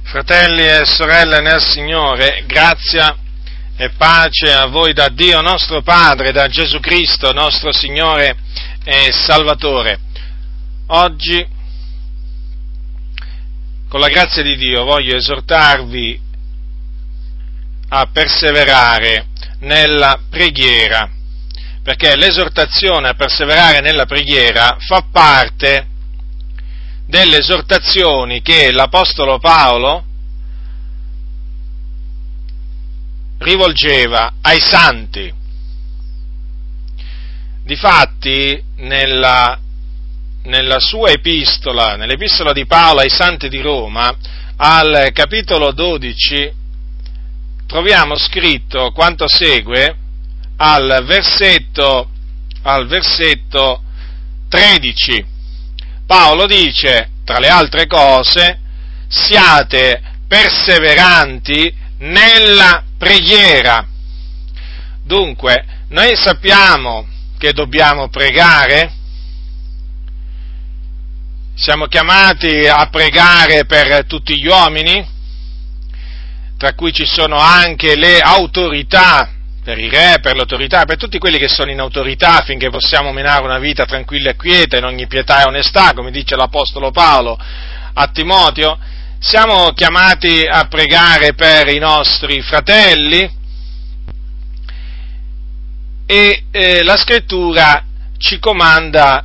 Fratelli e sorelle nel Signore, grazia e pace a voi da Dio nostro Padre, da Gesù Cristo, nostro Signore e Salvatore. Oggi, con la grazia di Dio, voglio esortarvi a perseverare nella preghiera, perché l'esortazione a perseverare nella preghiera fa parte delle esortazioni che l'Apostolo Paolo rivolgeva ai santi. Difatti, nella sua epistola, nell'epistola di Paolo ai santi di Roma, al capitolo 12, troviamo scritto quanto segue al versetto 13. Paolo dice, tra le altre cose, siate perseveranti nella preghiera. Dunque, noi sappiamo che dobbiamo pregare, siamo chiamati a pregare per tutti gli uomini, tra cui ci sono anche le autorità, per i re, per l'autorità, per tutti quelli che sono in autorità, affinché possiamo menare una vita tranquilla e quieta, in ogni pietà e onestà, come dice l'Apostolo Paolo a Timoteo. Siamo chiamati a pregare per i nostri fratelli e la Scrittura ci comanda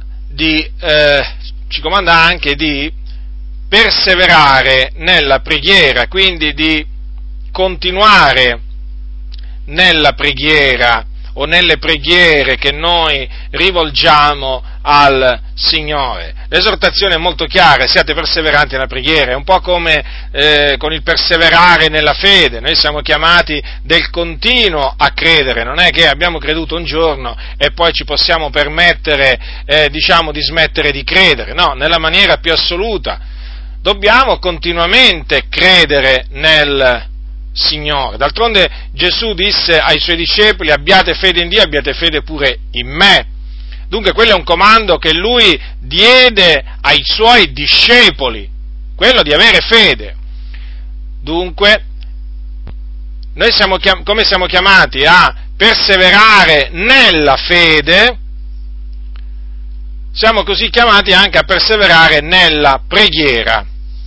anche di perseverare nella preghiera, quindi di continuare nella preghiera o nelle preghiere che noi rivolgiamo al Signore. L'esortazione è molto chiara: siate perseveranti nella preghiera. È un po' come con il perseverare nella fede. Noi siamo chiamati del continuo a credere, non è che abbiamo creduto un giorno e poi ci possiamo permettere di smettere di credere. No, nella maniera più assoluta dobbiamo continuamente credere nel Signore. D'altronde Gesù disse ai Suoi discepoli: abbiate fede in Dio, abbiate fede pure in me. Dunque quello è un comando che Lui diede ai Suoi discepoli, quello di avere fede. Dunque, noi come siamo chiamati a perseverare nella fede, siamo così chiamati anche a perseverare nella preghiera.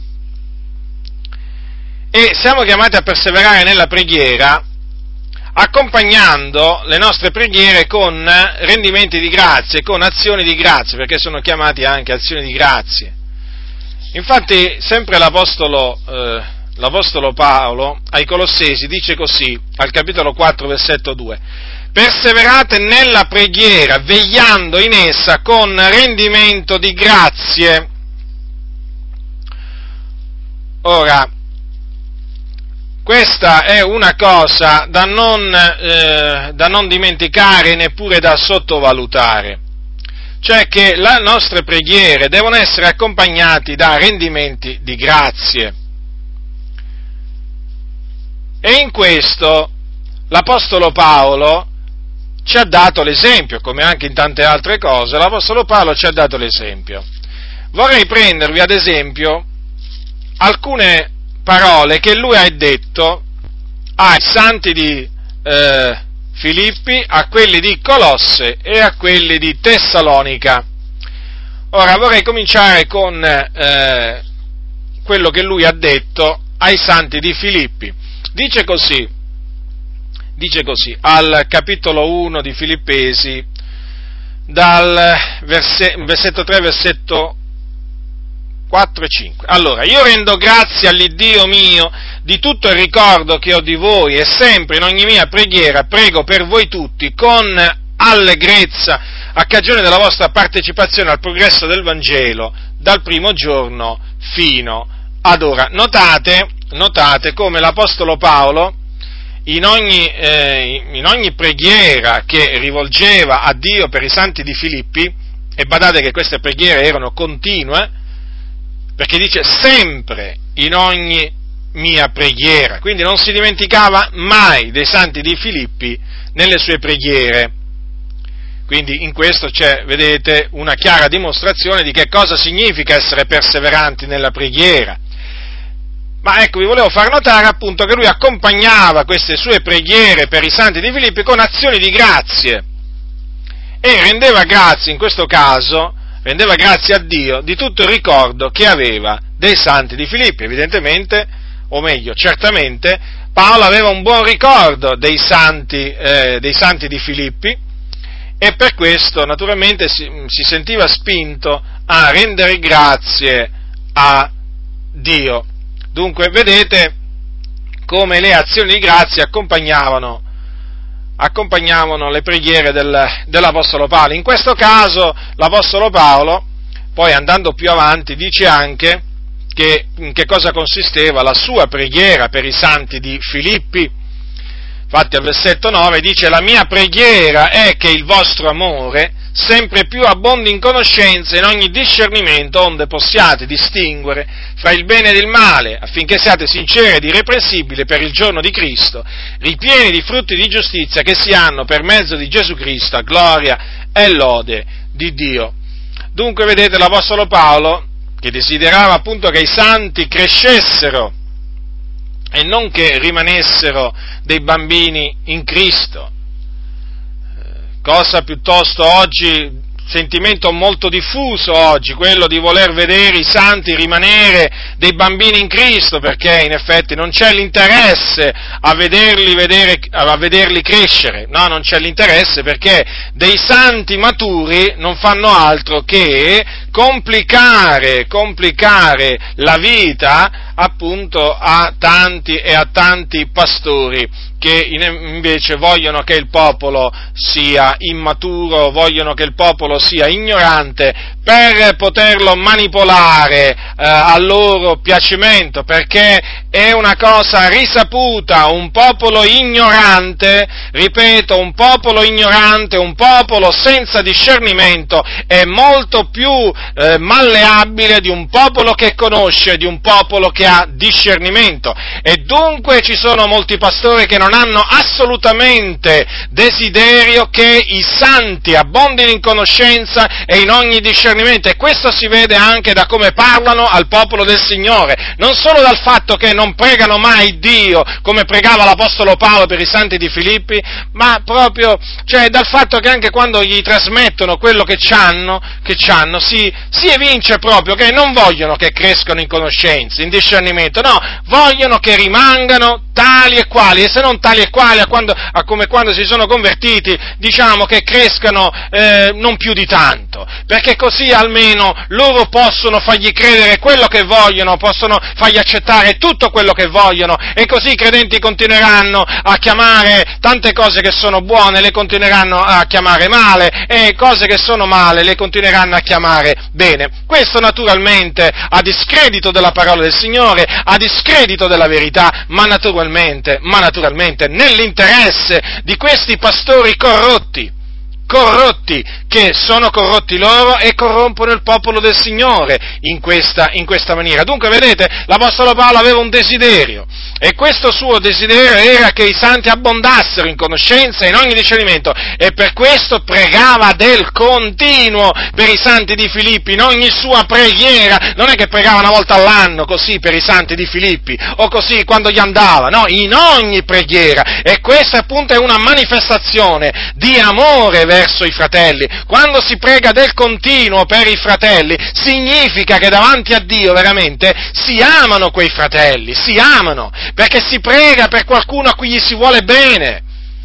E siamo chiamati a perseverare nella preghiera accompagnando le nostre preghiere con rendimenti di grazie, con azioni di grazie, perché sono chiamati anche azioni di grazie. Infatti, sempre l'Apostolo Paolo ai Colossesi dice così, al capitolo 4, versetto 2: perseverate nella preghiera, vegliando in essa con rendimento di grazie. Ora, questa è una cosa da non dimenticare, neppure da sottovalutare, cioè che le nostre preghiere devono essere accompagnate da rendimenti di grazie. E in questo l'Apostolo Paolo ci ha dato l'esempio, come anche in tante altre cose, l'Apostolo Paolo ci ha dato l'esempio. Vorrei prendervi ad esempio alcune parole che lui ha detto ai santi di Filippi, a quelli di Colosse e a quelli di Tessalonica. Ora vorrei cominciare con quello che lui ha detto ai santi di Filippi. Dice così, al capitolo 1 di Filippesi, dal versetto 3, versetto 4 e 5. Allora, io rendo grazie all'Iddio mio di tutto il ricordo che ho di voi, e sempre in ogni mia preghiera prego per voi tutti con allegrezza, a cagione della vostra partecipazione al progresso del Vangelo dal primo giorno fino ad ora. Notate come l'Apostolo Paolo in ogni preghiera che rivolgeva a Dio per i santi di Filippi, e badate che queste preghiere erano continue, perché dice sempre in ogni mia preghiera, quindi non si dimenticava mai dei santi di Filippi nelle sue preghiere. Quindi in questo c'è, vedete, una chiara dimostrazione di che cosa significa essere perseveranti nella preghiera. Ma ecco, vi volevo far notare appunto che lui accompagnava queste sue preghiere per i santi di Filippi con azioni di grazie e rendeva grazie, in questo caso, rendeva grazie a Dio di tutto il ricordo che aveva dei santi di Filippi. Evidentemente, o meglio, certamente, Paolo aveva un buon ricordo dei santi di Filippi e per questo naturalmente si sentiva spinto a rendere grazie a Dio. Dunque, vedete come le azioni di grazia accompagnavano le preghiere dell'Apostolo Paolo. In questo caso l'Apostolo Paolo, poi andando più avanti, dice anche in che cosa consisteva la sua preghiera per i santi di Filippi. Infatti al versetto 9 dice: la mia preghiera è che il vostro amore sempre più abbondi in conoscenza e in ogni discernimento, onde possiate distinguere fra il bene ed il male, affinché siate sinceri ed irreprensibili per il giorno di Cristo, ripieni di frutti di giustizia che si hanno per mezzo di Gesù Cristo a gloria e lode di Dio. Dunque vedete, l'Apostolo Paolo, che desiderava appunto che i santi crescessero e non che rimanessero dei bambini in Cristo, cosa piuttosto oggi, sentimento molto diffuso oggi, quello di voler vedere i santi rimanere dei bambini in Cristo, perché in effetti non c'è l'interesse a vederli crescere, no, non c'è l'interesse, perché dei santi maturi non fanno altro che complicare la vita appunto a tanti pastori che invece vogliono che il popolo sia immaturo, vogliono che il popolo sia ignorante per poterlo manipolare a loro piacimento, perché è una cosa risaputa, un popolo ignorante, ripeto, un popolo senza discernimento è molto più malleabile di un popolo che conosce, di un popolo che ha discernimento. E dunque ci sono molti pastori che non hanno assolutamente desiderio che i santi abbondino in conoscenza e in ogni discernimento, e questo si vede anche da come parlano al popolo del Signore, non solo dal fatto che non pregano mai Dio come pregava l'Apostolo Paolo per i santi di Filippi, ma proprio, cioè, dal fatto che anche quando gli trasmettono quello che c'hanno, si evince proprio che non vogliono che crescano in conoscenza, in discernimento, no, vogliono che rimangano tali e quali, e se non tali e quali come quando si sono convertiti, diciamo che crescano non più di tanto, perché così almeno loro possono fargli credere quello che vogliono, possono fargli accettare tutto quello che vogliono, e così i credenti continueranno a chiamare tante cose che sono buone, le continueranno a chiamare male, e cose che sono male le continueranno a chiamare bene. Questo naturalmente a discredito della parola del Signore, a discredito della verità, ma naturalmente nell'interesse di questi pastori corrotti, che sono corrotti loro e corrompono il popolo del Signore in questa maniera. Dunque, vedete, l'Apostolo Paolo aveva un desiderio, e questo suo desiderio era che i santi abbondassero in conoscenza e in ogni discernimento, e per questo pregava del continuo per i santi di Filippi, in ogni sua preghiera. Non è che pregava una volta all'anno così per i santi di Filippi, o così quando gli andava, no, in ogni preghiera, e questa appunto è una manifestazione di amore verso i fratelli. Quando si prega del continuo per i fratelli, significa che davanti a Dio veramente si amano quei fratelli, si amano, perché si prega per qualcuno a cui gli si vuole bene.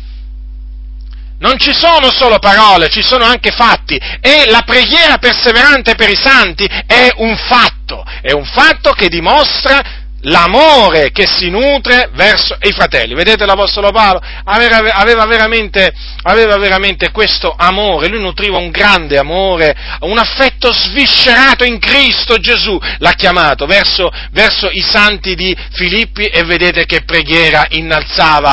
Non ci sono solo parole, ci sono anche fatti, e la preghiera perseverante per i santi è un fatto che dimostra l'amore che si nutre verso i fratelli. Vedete, l'Apostolo Paolo aveva veramente questo amore, lui nutriva un grande amore, un affetto sviscerato in Cristo Gesù, l'ha chiamato, verso i santi di Filippi, e vedete che preghiera innalzava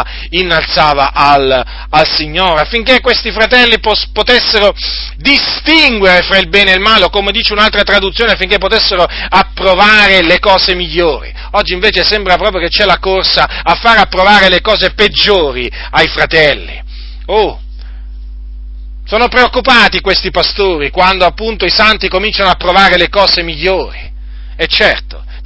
al Signore, affinché questi fratelli potessero distinguere fra il bene e il male, o come dice un'altra traduzione, affinché potessero approvare le cose migliori. Oggi invece sembra proprio che c'è la corsa a far approvare le cose peggiori ai fratelli. Sono preoccupati questi pastori quando appunto i santi cominciano a approvare le cose migliori. E certo,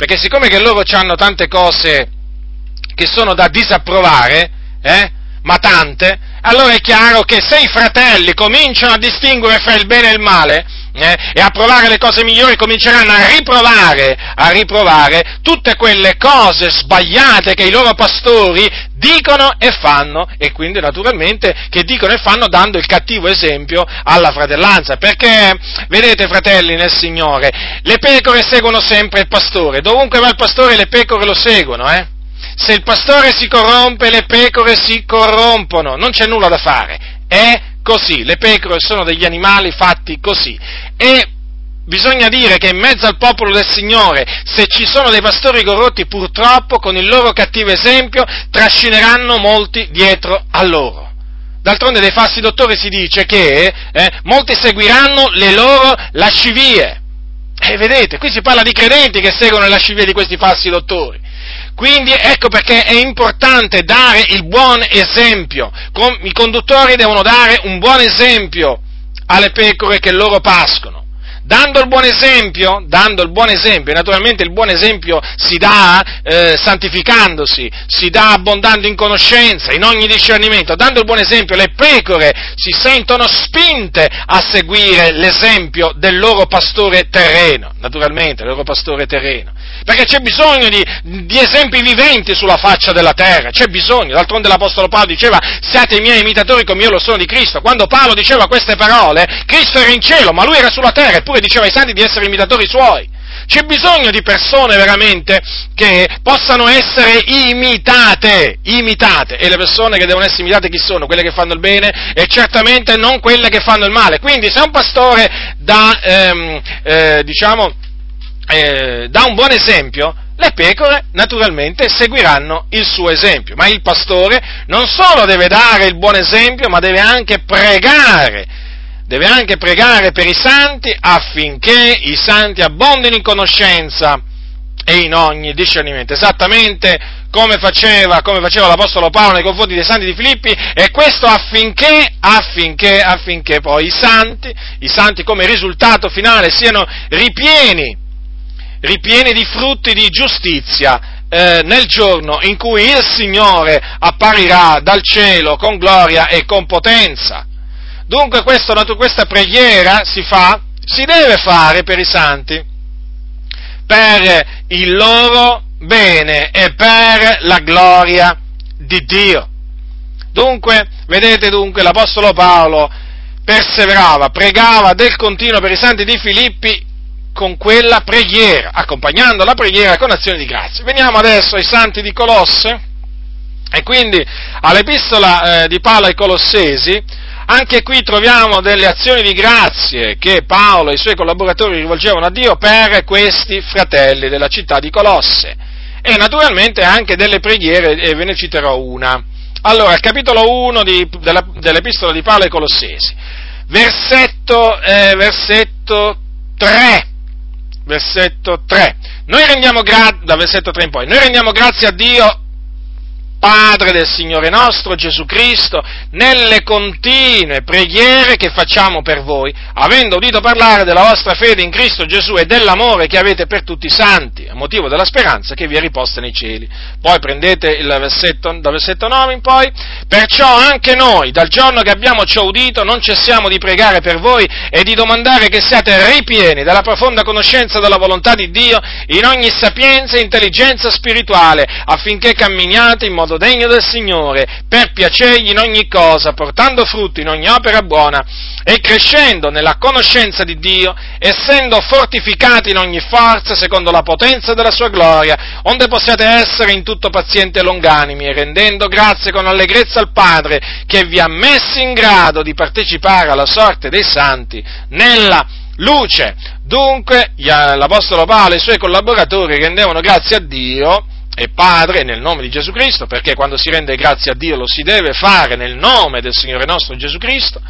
perché siccome che loro hanno tante cose che sono da disapprovare, ma tante, allora è chiaro che se i fratelli cominciano a distinguere fra il bene e il male, e a provare le cose migliori, cominceranno a riprovare tutte quelle cose sbagliate che i loro pastori dicono e fanno, e quindi naturalmente che dicono e fanno dando il cattivo esempio alla fratellanza, perché, vedete fratelli nel Signore, le pecore seguono sempre il pastore, dovunque va il pastore le pecore lo seguono, Se il pastore si corrompe, le pecore si corrompono, non c'è nulla da fare, è così, le pecore sono degli animali fatti così, e bisogna dire che in mezzo al popolo del Signore, se ci sono dei pastori corrotti, purtroppo con il loro cattivo esempio trascineranno molti dietro a loro. D'altronde dei falsi dottori si dice che molti seguiranno le loro lascivie, e vedete, qui si parla di credenti che seguono le lascivie di questi falsi dottori. Quindi ecco perché è importante dare il buon esempio. I conduttori devono dare un buon esempio alle pecore che loro pascono. Dando il buon esempio, naturalmente il buon esempio si dà santificandosi, si dà abbondando in conoscenza, in ogni discernimento. Dando il buon esempio, le pecore si sentono spinte a seguire l'esempio del loro pastore terreno, naturalmente, il loro pastore terreno. Perché c'è bisogno di esempi viventi sulla faccia della terra, c'è bisogno. D'altronde l'Apostolo Paolo diceva: siate i miei imitatori come io lo sono di Cristo. Quando Paolo diceva queste parole, Cristo era in cielo, ma lui era sulla terra, eppure diceva ai santi di essere imitatori suoi. C'è bisogno di persone veramente che possano essere imitate, e le persone che devono essere imitate chi sono? Quelle che fanno il bene e certamente non quelle che fanno il male. Quindi se un pastore dà un buon esempio, le pecore naturalmente seguiranno il suo esempio, ma il pastore non solo deve dare il buon esempio, ma deve anche pregare per i santi affinché i santi abbondino in conoscenza e in ogni discernimento, esattamente come faceva l'Apostolo Paolo nei confronti dei santi di Filippi, e questo affinché poi i santi come risultato finale siano ripieni di frutti di giustizia nel giorno in cui il Signore apparirà dal cielo con gloria e con potenza. Dunque questa preghiera si deve fare per i santi, per il loro bene e per la gloria di Dio. Dunque, vedete l'Apostolo Paolo pregava del continuo per i santi di Filippi con quella preghiera, accompagnando la preghiera con azioni di grazia. Veniamo adesso ai santi di Colosse, e quindi all'epistola di Paolo ai Colossesi. Anche qui troviamo delle azioni di grazie che Paolo e i suoi collaboratori rivolgevano a Dio per questi fratelli della città di Colosse, e naturalmente anche delle preghiere, e ve ne citerò una. Allora, capitolo 1 dell'epistola di Paolo ai Colossesi, versetto 3. Versetto 3. Da versetto 3 in poi. Noi rendiamo grazie a Dio, Padre del Signore nostro Gesù Cristo, nelle continue preghiere che facciamo per voi, avendo udito parlare della vostra fede in Cristo Gesù e dell'amore che avete per tutti i santi, a motivo della speranza che vi è riposta nei cieli. Poi prendete dal versetto 9 in poi: perciò anche noi, dal giorno che abbiamo ciò udito, non cessiamo di pregare per voi e di domandare che siate ripieni della profonda conoscenza della volontà di Dio in ogni sapienza e intelligenza spirituale, affinché camminiate in modo degno del Signore, per piacergli in ogni cosa, portando frutto in ogni opera buona e crescendo nella conoscenza di Dio, essendo fortificati in ogni forza secondo la potenza della sua gloria, onde possiate essere in tutto pazienti e longanimi, e rendendo grazie con allegrezza al Padre che vi ha messi in grado di partecipare alla sorte dei santi nella luce. Dunque l'Apostolo Paolo e i suoi collaboratori rendevano grazie a Dio e Padre nel nome di Gesù Cristo, perché quando si rende grazie a Dio lo si deve fare nel nome del Signore nostro Gesù Cristo,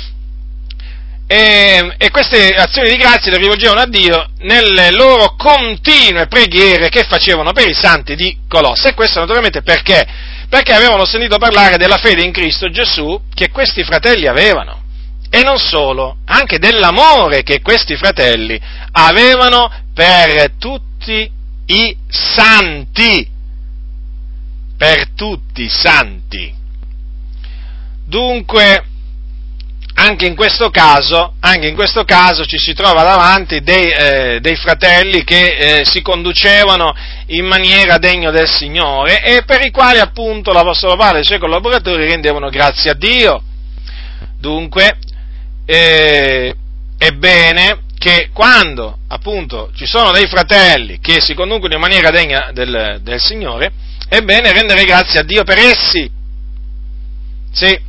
e queste azioni di grazia le rivolgevano a Dio nelle loro continue preghiere che facevano per i santi di Colosse. E questo naturalmente perché? Perché avevano sentito parlare della fede in Cristo Gesù che questi fratelli avevano, e non solo, anche dell'amore che questi fratelli avevano per tutti i santi, per tutti i santi. Dunque, anche in questo caso ci si trova davanti dei fratelli che si conducevano in maniera degna del Signore e per i quali appunto l'Apostolo Paolo e i suoi collaboratori rendevano grazie a Dio. Dunque, è bene che quando appunto ci sono dei fratelli che si conducono in maniera degna del Signore, è bene rendere grazie a Dio per essi. Sì.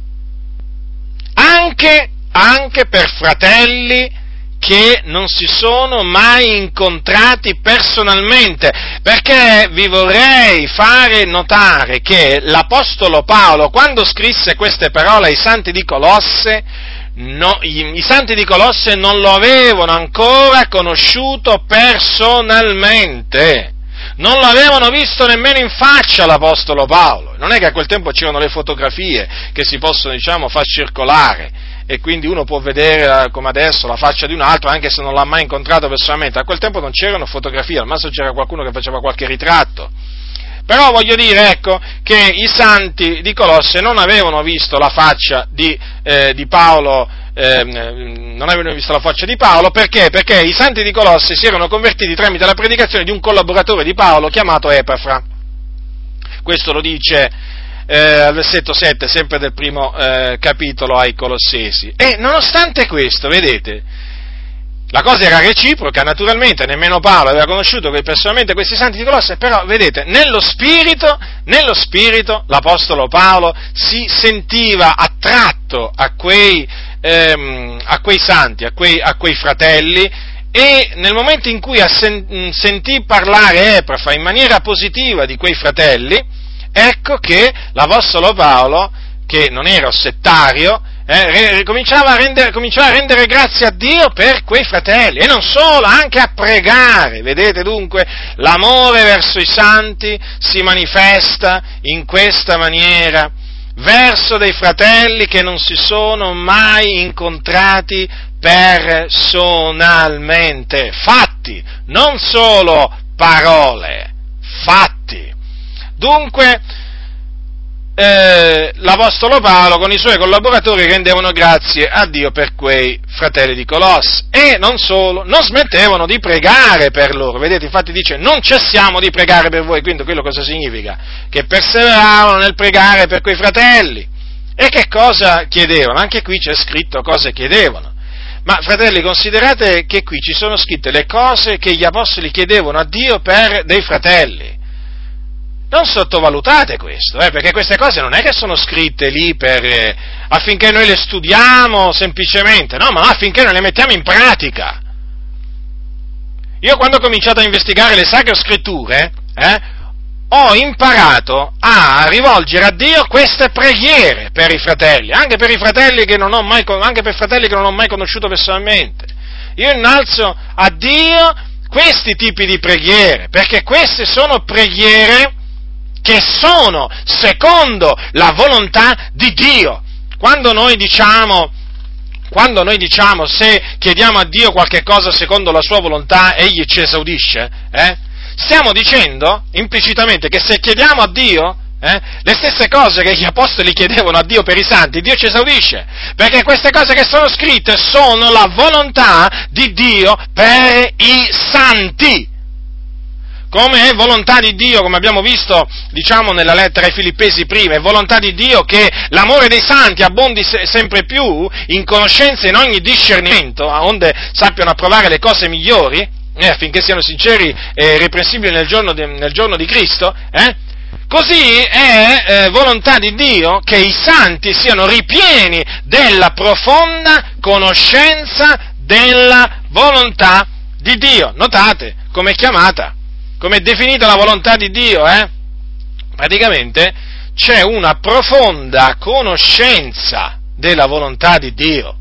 Anche per fratelli che non si sono mai incontrati personalmente, perché vi vorrei fare notare che l'Apostolo Paolo, quando scrisse queste parole ai santi di Colosse, i santi di Colosse non lo avevano ancora conosciuto personalmente, non lo avevano visto nemmeno in faccia l'Apostolo Paolo. Non è che a quel tempo c'erano le fotografie che si possono, far circolare, e quindi uno può vedere, come adesso, la faccia di un altro, anche se non l'ha mai incontrato personalmente. A quel tempo non c'erano fotografie, al massimo c'era qualcuno che faceva qualche ritratto. Però voglio dire, che i santi di Colosse non avevano visto la faccia di Paolo, non avevano visto la faccia di Paolo, perché? Perché i santi di Colosse si erano convertiti tramite la predicazione di un collaboratore di Paolo chiamato Epafra. Questo lo dice al versetto 7, sempre del primo capitolo ai Colossesi. E nonostante questo, vedete, la cosa era reciproca, naturalmente, nemmeno Paolo aveva conosciuto personalmente questi santi di Colosse, però, vedete, nello spirito, l'Apostolo Paolo si sentiva attratto a quei santi, a quei fratelli, e nel momento in cui sentì parlare Epafra in maniera positiva di quei fratelli, ecco che l'Apostolo Paolo, che non era ossettario, cominciava a rendere grazie a Dio per quei fratelli, e non solo, anche a pregare. Vedete dunque, l'amore verso i santi si manifesta in questa maniera, verso dei fratelli che non si sono mai incontrati personalmente. Fatti, non solo parole, fatti. Dunque, l'Apostolo Paolo con i suoi collaboratori rendevano grazie a Dio per quei fratelli di Colosse, e non solo, non smettevano di pregare per loro. Vedete, infatti dice: non cessiamo di pregare per voi. Quindi quello cosa significa? Che perseveravano nel pregare per quei fratelli. E che cosa chiedevano? Anche qui c'è scritto cosa chiedevano. Ma fratelli, considerate che qui ci sono scritte le cose che gli apostoli chiedevano a Dio per dei fratelli. Non sottovalutate questo, perché queste cose non è che sono scritte lì affinché noi le studiamo semplicemente, no, ma affinché noi le mettiamo in pratica. Io quando ho cominciato a investigare le Sacre Scritture, ho imparato a rivolgere a Dio queste preghiere per i fratelli, anche per fratelli che non ho mai conosciuto personalmente. Io innalzo a Dio questi tipi di preghiere, perché queste sono preghiere che sono secondo la volontà di Dio. Quando noi diciamo se chiediamo a Dio qualche cosa secondo la sua volontà, Egli ci esaudisce, stiamo dicendo implicitamente che se chiediamo a Dio le stesse cose che gli apostoli chiedevano a Dio per i santi, Dio ci esaudisce, perché queste cose che sono scritte sono la volontà di Dio per i santi. Come è volontà di Dio, come abbiamo visto, nella lettera ai Filippesi prima, è volontà di Dio che l'amore dei santi abbondi sempre più in conoscenza e in ogni discernimento, onde sappiano approvare le cose migliori, affinché siano sinceri e irreprensibili nel giorno di Cristo, Così è volontà di Dio che i santi siano ripieni della profonda conoscenza della volontà di Dio. Notate come è chiamata, come è definita la volontà di Dio, Praticamente c'è una profonda conoscenza della volontà di Dio.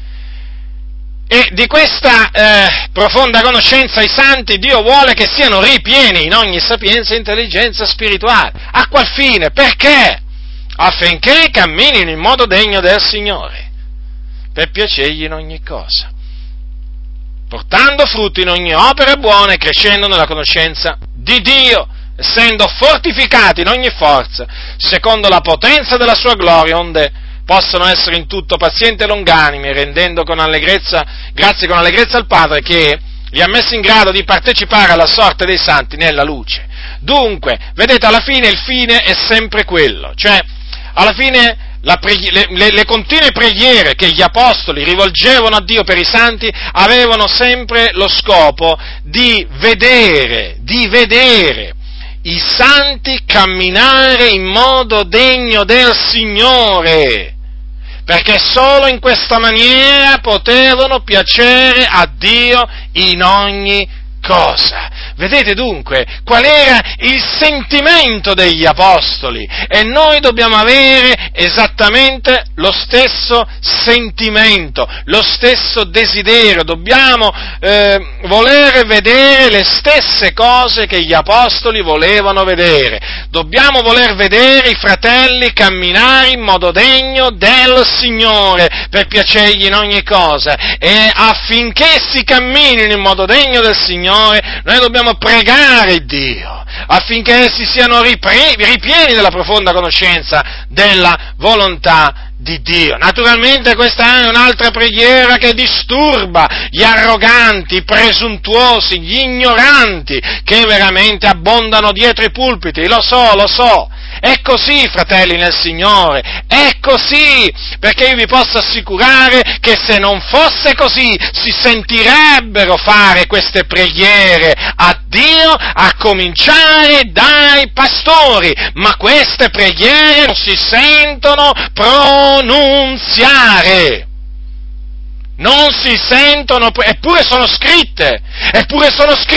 E di questa profonda conoscenza i santi Dio vuole che siano ripieni in ogni sapienza e intelligenza spirituale. A qual fine? Perché? Affinché camminino in modo degno del Signore, per piacergli in ogni cosa, portando frutto in ogni opera buona e crescendo nella conoscenza di Dio, essendo fortificati in ogni forza, secondo la potenza della sua gloria, onde possono essere in tutto pazienti e longanimi, rendendo grazie con allegrezza al Padre che li ha messi in grado di partecipare alla sorte dei santi nella luce. Dunque, vedete, alla fine il fine è sempre quello, cioè, alla fine le continue preghiere che gli apostoli rivolgevano a Dio per i santi avevano sempre lo scopo di vedere i santi camminare in modo degno del Signore, perché solo in questa maniera potevano piacere a Dio in ogni cosa. Vedete dunque qual era il sentimento degli apostoli, e noi dobbiamo avere esattamente lo stesso sentimento, lo stesso desiderio, dobbiamo voler vedere le stesse cose che gli apostoli volevano vedere, dobbiamo voler vedere i fratelli camminare in modo degno del Signore, per piacergli in ogni cosa, e affinché si camminino in modo degno del Signore, noi dobbiamo pregare Dio, affinché essi siano ripieni della profonda conoscenza della volontà di Dio. Naturalmente questa è un'altra preghiera che disturba gli arroganti, i presuntuosi, gli ignoranti, che veramente abbondano dietro i pulpiti, lo so. È così, fratelli nel Signore, è così, perché io vi posso assicurare che se non fosse così si sentirebbero fare queste preghiere a Dio, a cominciare dai pastori, ma queste preghiere non si sentono pronunziare. Non si sentono, eppure sono scritte, eppure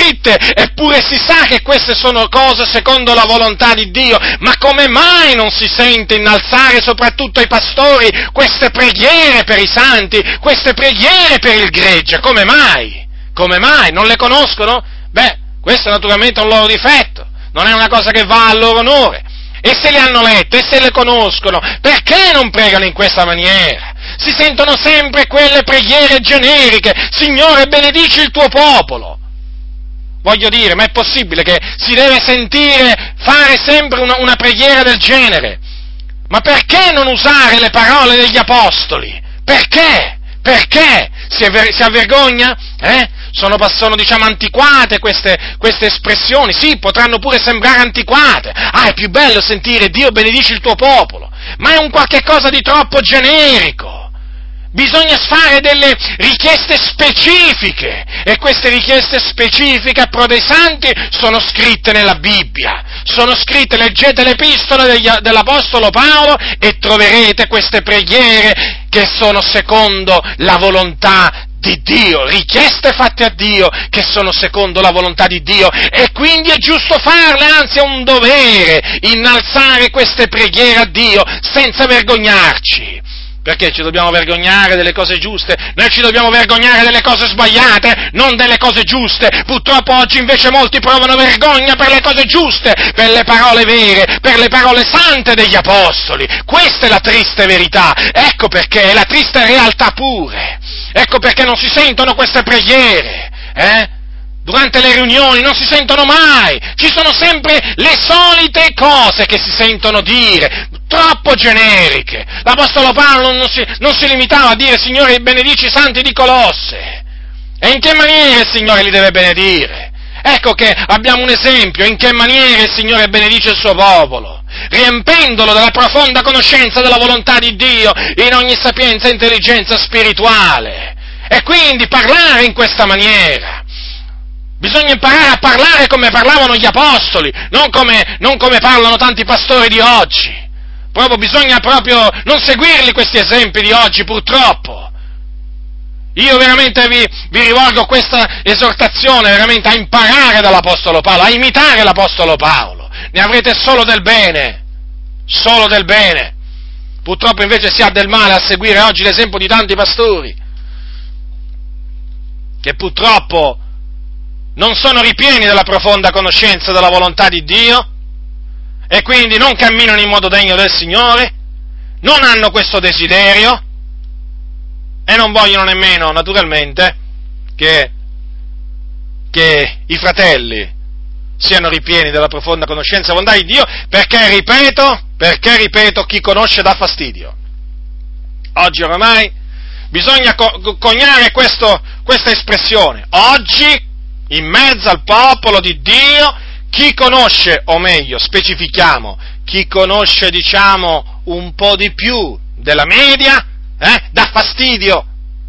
si sa che queste sono cose secondo la volontà di Dio, ma come mai non si sente innalzare soprattutto ai pastori queste preghiere per i santi, queste preghiere per il gregge? Come mai? Come mai? Non le conoscono? Beh, questo è naturalmente un loro difetto, non è una cosa che va a loro onore. E se le hanno lette, e se le conoscono, perché non pregano in questa maniera? Si sentono sempre quelle preghiere generiche: Signore, benedici il tuo popolo. Voglio dire, ma è possibile che si deve sentire fare sempre una preghiera del genere? Ma perché non usare le parole degli apostoli? Perché? Perché? Si avvergogna? Sono diciamo antiquate queste espressioni, sì, potranno pure sembrare antiquate, è più bello sentire Dio benedici il tuo popolo, ma è un qualche cosa di troppo generico. Bisogna fare delle richieste specifiche, e queste richieste specifiche a pro dei santi sono scritte nella Bibbia, sono scritte, leggete l'epistola dell'Apostolo Paolo e troverete queste preghiere che sono secondo la volontà di Dio, richieste fatte a Dio che sono secondo la volontà di Dio, e quindi è giusto farle, anzi è un dovere innalzare queste preghiere a Dio senza vergognarci. Perché ci dobbiamo vergognare delle cose giuste? Noi ci dobbiamo vergognare delle cose sbagliate, non delle cose giuste. Purtroppo oggi invece molti provano vergogna per le cose giuste, per le parole vere, per le parole sante degli apostoli. Questa è la triste verità. Ecco perché è la triste realtà pure. Ecco perché non si sentono queste preghiere, Durante le riunioni non si sentono mai, ci sono sempre le solite cose che si sentono dire, troppo generiche. L'Apostolo Paolo non si limitava a dire Signore benedici i santi di Colosse. E in che maniera il Signore li deve benedire? Ecco che abbiamo un esempio in che maniera il Signore benedice il suo popolo, riempendolo della profonda conoscenza della volontà di Dio in ogni sapienza e intelligenza spirituale. E quindi parlare in questa maniera. Bisogna imparare a parlare come parlavano gli apostoli, non come parlano tanti pastori di oggi. Bisogna non seguirli questi esempi di oggi, purtroppo. Io veramente vi rivolgo questa esortazione veramente a imparare dall'Apostolo Paolo, a imitare l'Apostolo Paolo. Ne avrete solo del bene. Purtroppo invece si ha del male a seguire oggi l'esempio di tanti pastori, che purtroppo non sono ripieni della profonda conoscenza della volontà di Dio, e quindi non camminano in modo degno del Signore, non hanno questo desiderio, e non vogliono nemmeno, naturalmente, che i fratelli siano ripieni della profonda conoscenza e volontà di Dio, perché ripeto, chi conosce dà fastidio. Oggi oramai bisogna coniare questa espressione. Oggi, in mezzo al popolo di Dio, chi conosce, o meglio, specifichiamo, chi conosce, diciamo, un po' di più della media, dà fastidio.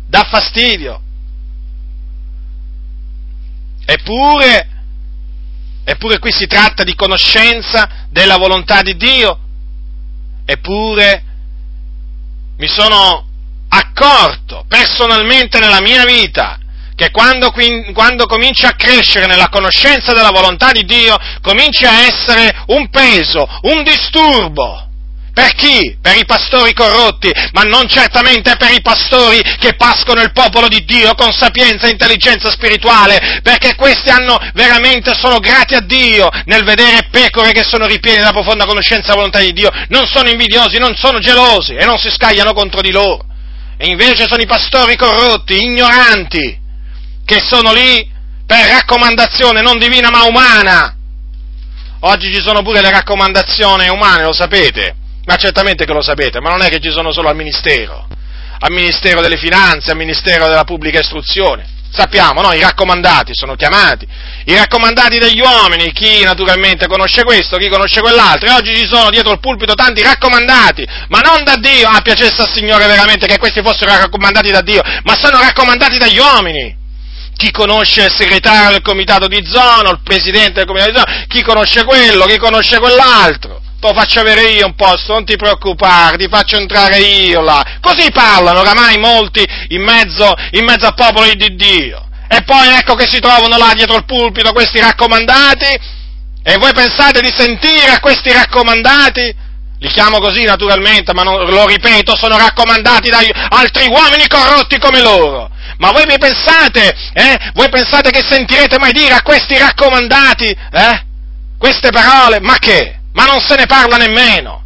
Eppure qui si tratta di conoscenza della volontà di Dio. Eppure mi sono accorto personalmente nella mia vita che quando comincia a crescere nella conoscenza della volontà di Dio, comincia a essere un peso, un disturbo. Per chi? Per i pastori corrotti, ma non certamente per i pastori che pascono il popolo di Dio con sapienza e intelligenza spirituale, perché questi sono grati a Dio nel vedere pecore che sono ripiene della profonda conoscenza della volontà di Dio, non sono invidiosi, non sono gelosi e non si scagliano contro di loro. E invece sono i pastori corrotti, ignoranti, che sono lì per raccomandazione non divina ma umana. Oggi ci sono pure le raccomandazioni umane, lo sapete. Ma certamente che lo sapete, ma non è che ci sono solo al Ministero delle Finanze, al Ministero della Pubblica Istruzione. Sappiamo, no? I raccomandati sono chiamati, i raccomandati degli uomini, chi naturalmente conosce questo, chi conosce quell'altro, e oggi ci sono dietro il pulpito tanti raccomandati, ma non da Dio, piacesse al Signore veramente che questi fossero raccomandati da Dio, ma sono raccomandati dagli uomini. Chi conosce il segretario del comitato di zona, il presidente del comitato di zona, chi conosce quello, chi conosce quell'altro. Te lo faccio avere io un posto, non ti preoccupare, ti faccio entrare io là. Così parlano oramai molti in mezzo al popolo di Dio. E poi ecco che si trovano là dietro il pulpito questi raccomandati, e voi pensate di sentire a questi raccomandati? Li chiamo così naturalmente, ma non, lo ripeto, sono raccomandati da altri uomini corrotti come loro. Ma voi mi pensate, Voi pensate che sentirete mai dire a questi raccomandati, queste parole? Ma che? Ma non se ne parla nemmeno,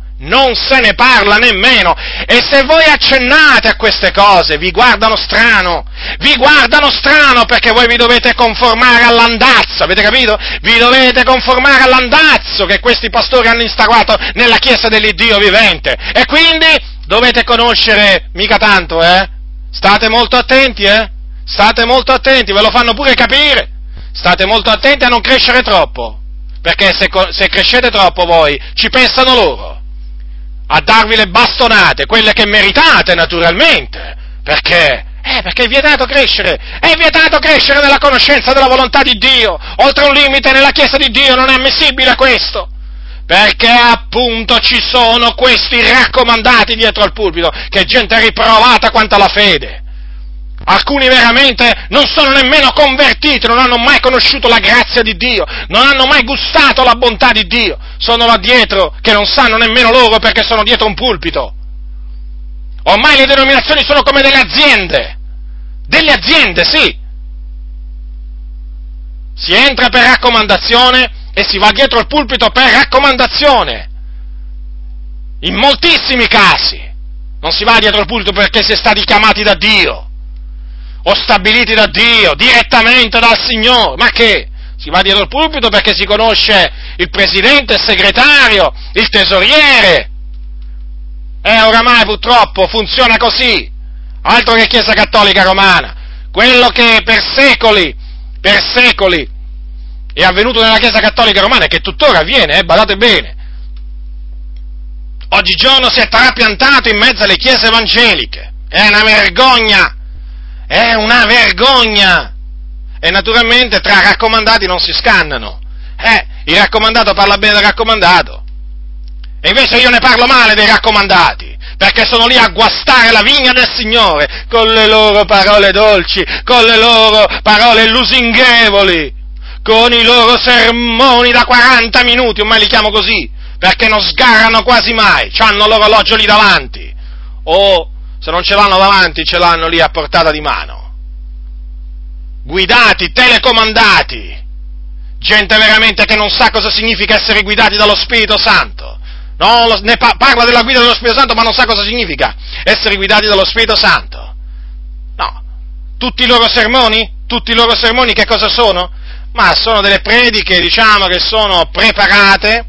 e se voi accennate a queste cose vi guardano strano, perché voi vi dovete conformare all'andazzo, avete capito? Vi dovete conformare all'andazzo che questi pastori hanno instaurato nella Chiesa dell'Iddio vivente, e quindi dovete conoscere, mica tanto, State molto attenti, ve lo fanno pure capire, state molto attenti a non crescere troppo. Perché se crescete troppo voi, ci pensano loro a darvi le bastonate, quelle che meritate naturalmente, perché è vietato crescere nella conoscenza della volontà di Dio, oltre un limite nella Chiesa di Dio non è ammissibile questo, perché appunto ci sono questi raccomandati dietro al pulpito, che è gente riprovata quanto alla fede. Alcuni veramente non sono nemmeno convertiti, non hanno mai conosciuto la grazia di Dio, non hanno mai gustato la bontà di Dio, sono là dietro che non sanno nemmeno loro perché sono dietro un pulpito. Ormai le denominazioni sono come delle aziende, sì. Si entra per raccomandazione e si va dietro il pulpito per raccomandazione. In moltissimi casi non si va dietro il pulpito perché si è stati chiamati da Dio o stabiliti da Dio, direttamente dal Signore, ma che? Si va dietro il pulpito perché si conosce il presidente, il segretario, il tesoriere. Oramai purtroppo funziona così, altro che Chiesa Cattolica Romana. Quello che per secoli è avvenuto nella Chiesa Cattolica Romana e che tuttora avviene, badate bene. Oggigiorno si è trapiantato in mezzo alle chiese evangeliche, è una vergogna. E naturalmente tra raccomandati non si scannano. Il raccomandato parla bene del raccomandato. E invece io ne parlo male dei raccomandati, perché sono lì a guastare la vigna del Signore, con le loro parole dolci, con le loro parole lusinghevoli, con i loro sermoni da 40 minuti, ormai li chiamo così, perché non sgarrano quasi mai, c'hanno l'orologio lì davanti, o se non ce l'hanno davanti, ce l'hanno lì a portata di mano. Guidati, telecomandati, gente veramente che non sa cosa significa essere guidati dallo Spirito Santo. No, parla della guida dello Spirito Santo, ma non sa cosa significa essere guidati dallo Spirito Santo. No, tutti i loro sermoni che cosa sono? Ma sono delle prediche, diciamo, che sono preparate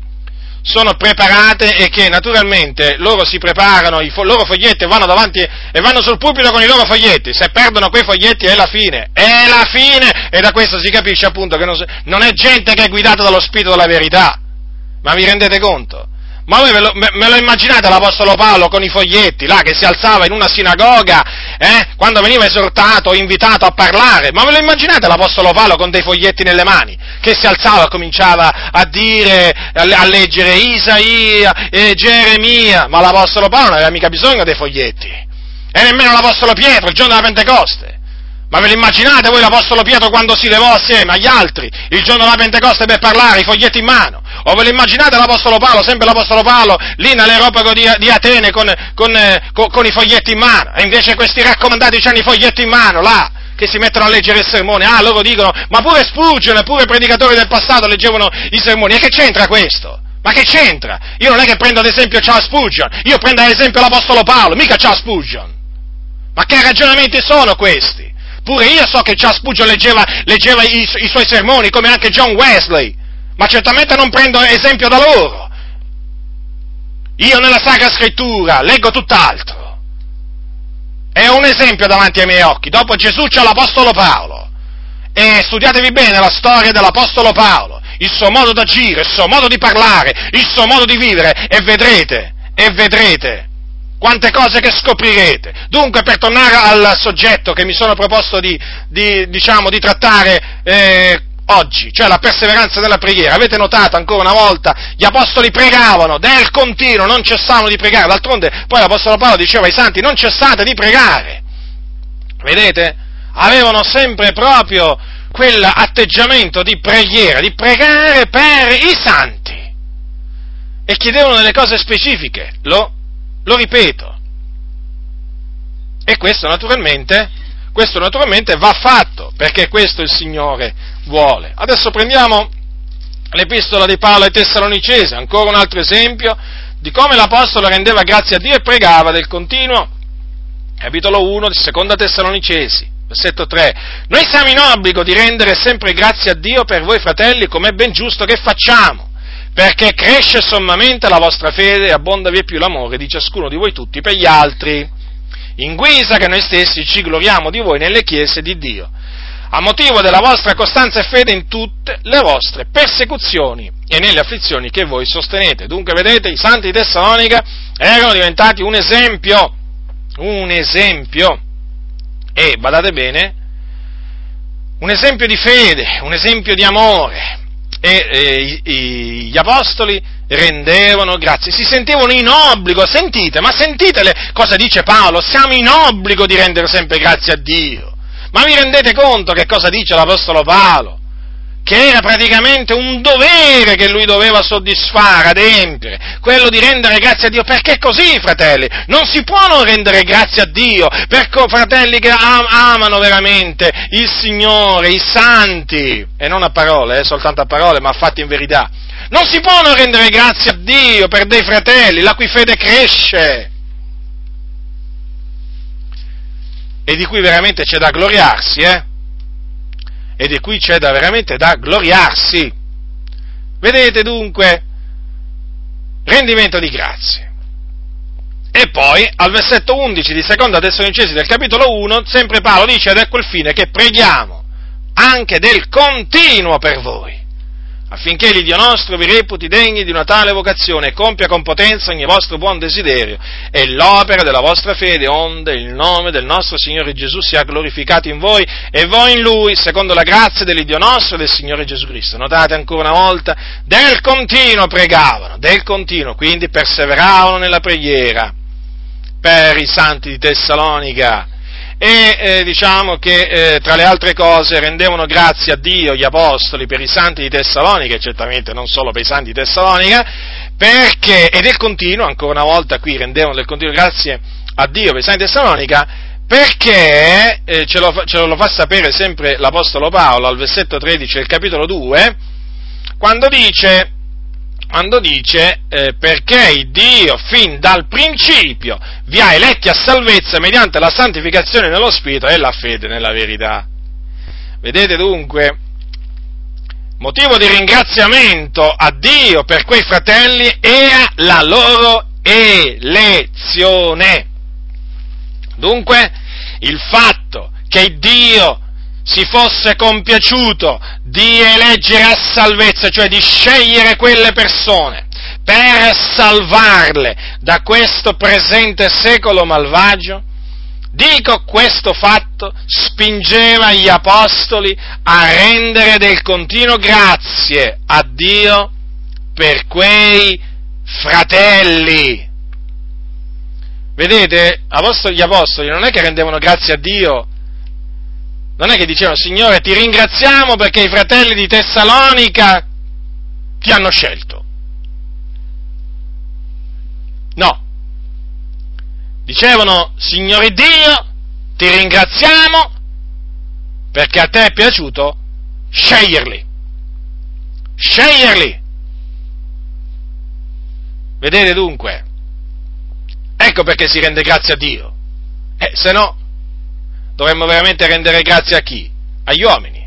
e che naturalmente loro si preparano, i loro foglietti e vanno davanti e vanno sul pulpito con i loro foglietti. Se perdono quei foglietti è la fine, e da questo si capisce appunto che non è gente che è guidata dallo Spirito della verità. Ma vi rendete conto? Ma voi me lo immaginate l'Apostolo Paolo con i foglietti, là, che si alzava in una sinagoga, quando veniva esortato o invitato a parlare? Ma ve lo immaginate l'Apostolo Paolo con dei foglietti nelle mani, che si alzava e cominciava a dire, a leggere Isaia e Geremia? Ma l'Apostolo Paolo non aveva mica bisogno dei foglietti, e nemmeno l'Apostolo Pietro, il giorno della Pentecoste. Ma ve lo immaginate voi l'Apostolo Pietro quando si levò assieme agli altri il giorno della Pentecoste per parlare, i foglietti in mano? O ve lo immaginate l'Apostolo Paolo, sempre l'Apostolo Paolo, lì nell'aeropago di Atene con i foglietti in mano? E invece questi raccomandati hanno i foglietti in mano, là, che si mettono a leggere il sermone. Loro dicono, ma pure Spurgeon, pure i predicatori del passato leggevano i sermoni. E che c'entra questo? Ma che c'entra? Io non è che prendo ad esempio Charles Spurgeon, io prendo ad esempio l'Apostolo Paolo, mica Charles Spurgeon. Ma che ragionamenti sono questi? Pure io so che Charles Spurgeon leggeva i suoi sermoni, come anche John Wesley, ma certamente non prendo esempio da loro. Io nella Sacra Scrittura leggo tutt'altro. È un esempio davanti ai miei occhi. Dopo Gesù c'è l'Apostolo Paolo. E studiatevi bene la storia dell'Apostolo Paolo, il suo modo d'agire, il suo modo di parlare, il suo modo di vivere, e vedrete quante cose che scoprirete. Dunque, per tornare al soggetto che mi sono proposto di trattare oggi, cioè la perseveranza nella preghiera, avete notato ancora una volta, gli apostoli pregavano del continuo, non cessavano di pregare. D'altronde poi l'Apostolo Paolo diceva ai santi: non cessate di pregare. Vedete? Avevano sempre proprio quell'atteggiamento di preghiera, di pregare per i santi, e chiedevano delle cose specifiche, lo ripeto, e questo naturalmente va fatto, perché questo il Signore vuole. Adesso prendiamo l'epistola di Paolo ai Tessalonicesi, ancora un altro esempio di come l'Apostolo rendeva grazie a Dio e pregava del continuo. Capitolo 1 di Seconda Tessalonicesi, versetto 3. Noi siamo in obbligo di rendere sempre grazie a Dio per voi, fratelli, come è ben giusto che facciamo, perché cresce sommamente la vostra fede e abbonda vie più l'amore di ciascuno di voi tutti per gli altri, in guisa che noi stessi ci gloriamo di voi nelle chiese di Dio, a motivo della vostra costanza e fede in tutte le vostre persecuzioni e nelle afflizioni che voi sostenete. Dunque, vedete, i santi di Tessalonica erano diventati un esempio, e badate bene, un esempio di fede, un esempio di amore. E gli apostoli rendevano grazie, si sentivano in obbligo, sentite cosa dice Paolo: siamo in obbligo di rendere sempre grazie a Dio. Ma vi rendete conto che cosa dice l'Apostolo Paolo? Che era praticamente un dovere che lui doveva soddisfare, adempiere, quello di rendere grazie a Dio, perché è così, fratelli, non si può non rendere grazie a Dio, fratelli che amano veramente il Signore, i santi, e non a parole, soltanto a parole, ma a fatti in verità. Non si può non rendere grazie a Dio per dei fratelli, la cui fede cresce, e di cui veramente c'è da gloriarsi, e di cui c'è veramente da gloriarsi. Vedete dunque, rendimento di grazie. E poi, al versetto 11 di Seconda Tessalonicesi del capitolo 1, sempre Paolo dice: ed ecco il fine, che preghiamo anche del continuo per voi, affinché l'Iddio nostro vi reputi degni di una tale vocazione e compia con potenza ogni vostro buon desiderio e l'opera della vostra fede, onde il nome del nostro Signore Gesù sia glorificato in voi e voi in Lui, secondo la grazia dell'Iddio nostro e del Signore Gesù Cristo. Notate ancora una volta, del continuo pregavano, quindi perseveravano nella preghiera per i santi di Tessalonica. E diciamo che tra le altre cose rendevano grazie a Dio gli apostoli per i santi di Tessalonica, e certamente non solo per i santi di Tessalonica, perché, e del continuo, ancora una volta qui rendevano del continuo grazie a Dio per i santi di Tessalonica, perché ce lo fa sapere sempre l'Apostolo Paolo al versetto 13 del capitolo 2, quando dice perché Dio fin dal principio vi ha eletti a salvezza mediante la santificazione nello Spirito e la fede nella verità. Vedete dunque, motivo di ringraziamento a Dio per quei fratelli era la loro elezione. Dunque, il fatto che Dio si fosse compiaciuto di eleggere a salvezza, cioè di scegliere quelle persone per salvarle da questo presente secolo malvagio, dico, questo fatto spingeva gli apostoli a rendere del continuo grazie a Dio per quei fratelli. Vedete, gli apostoli non è che rendevano grazie a Dio, non è che dicevano: Signore, ti ringraziamo perché i fratelli di Tessalonica ti hanno scelto. No. Dicevano: Signore Dio, ti ringraziamo perché a te è piaciuto sceglierli. Vedete dunque? Ecco perché si rende grazie a Dio. Se no, dovremmo veramente rendere grazie a chi? Agli uomini.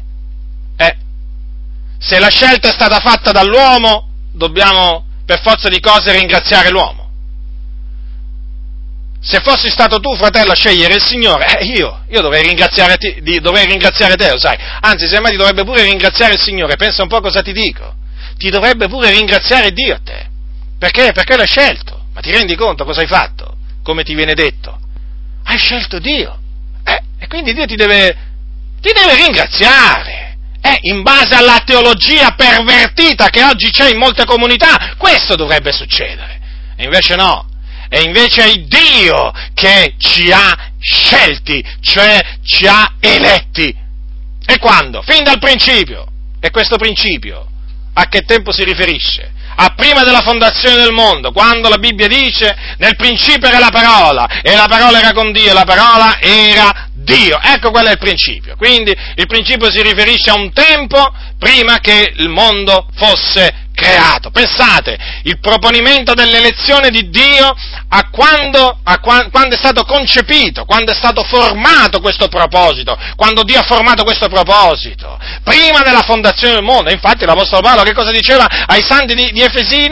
Se la scelta è stata fatta dall'uomo, dobbiamo per forza di cose ringraziare l'uomo. Se fossi stato tu, fratello, a scegliere il Signore, io dovrei ringraziare te, lo sai. Anzi, semmai ti dovrebbe pure ringraziare il Signore. Pensa un po' cosa ti dico. Ti dovrebbe pure ringraziare Dio a te. Perché? Perché l'hai scelto. Ma ti rendi conto cosa hai fatto? Come ti viene detto? Hai scelto Dio. E quindi Dio ti deve ringraziare. In base alla teologia pervertita che oggi c'è in molte comunità, questo dovrebbe succedere. E invece no. E invece è Dio che ci ha scelti, cioè ci ha eletti. E quando? Fin dal principio. E questo principio a che tempo si riferisce? A prima della fondazione del mondo, quando la Bibbia dice: nel principio era la parola, e la parola era con Dio, e la parola era Dio. Ecco qual è il principio. Quindi il principio si riferisce a un tempo prima che il mondo fosse creato. Pensate, il proponimento dell'elezione di Dio a quando è stato concepito, quando è stato formato questo proposito, quando Dio ha formato questo proposito, prima della fondazione del mondo. Infatti l'Apostolo Paolo che cosa diceva ai santi di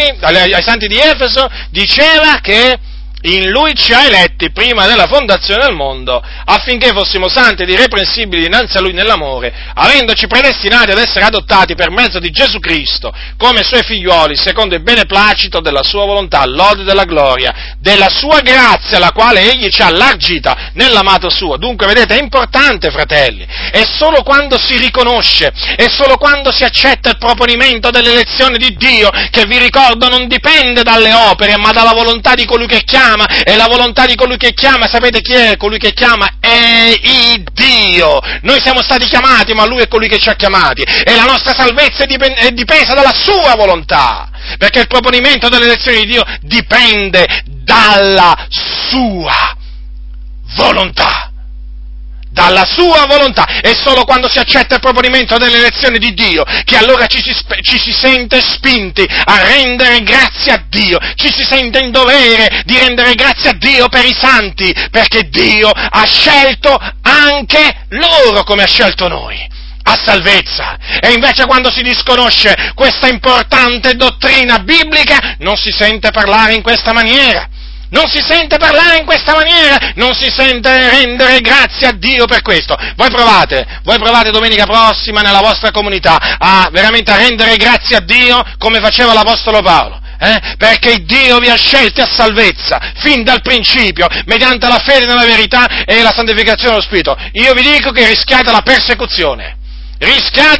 Efeso? Diceva che in Lui ci ha eletti prima della fondazione del mondo, affinché fossimo santi ed irreprensibili dinanzi a Lui nell'amore, avendoci predestinati ad essere adottati per mezzo di Gesù Cristo, come Suoi figliuoli, secondo il beneplacito della Sua volontà, lode della gloria, della Sua grazia, la quale Egli ci ha allargita nell'amato Suo. Dunque, vedete, è importante, fratelli, è solo quando si riconosce, è solo quando si accetta il proponimento dell'elezione di Dio, che vi ricordo non dipende dalle opere, ma dalla volontà di colui che chiama. E la volontà di colui che chiama, sapete chi è? Colui che chiama è il Dio. Noi siamo stati chiamati, ma Lui è colui che ci ha chiamati, e la nostra salvezza è dipesa dalla Sua volontà, perché il proponimento dell'elezione di Dio dipende dalla Sua volontà. Dalla Sua volontà. È solo quando si accetta il proponimento dell'elezione di Dio che allora ci si sente spinti a rendere grazie a Dio, ci si sente in dovere di rendere grazie a Dio per i santi, perché Dio ha scelto anche loro come ha scelto noi a salvezza. E invece quando si disconosce questa importante dottrina biblica non si sente parlare in questa maniera. Non si sente parlare in questa maniera, non si sente rendere grazie a Dio per questo. Voi provate domenica prossima nella vostra comunità veramente a rendere grazie a Dio come faceva l'Apostolo Paolo, perché Dio vi ha scelti a salvezza, fin dal principio, mediante la fede nella verità e la santificazione dello Spirito. Io vi dico che rischiate la persecuzione, rischiate.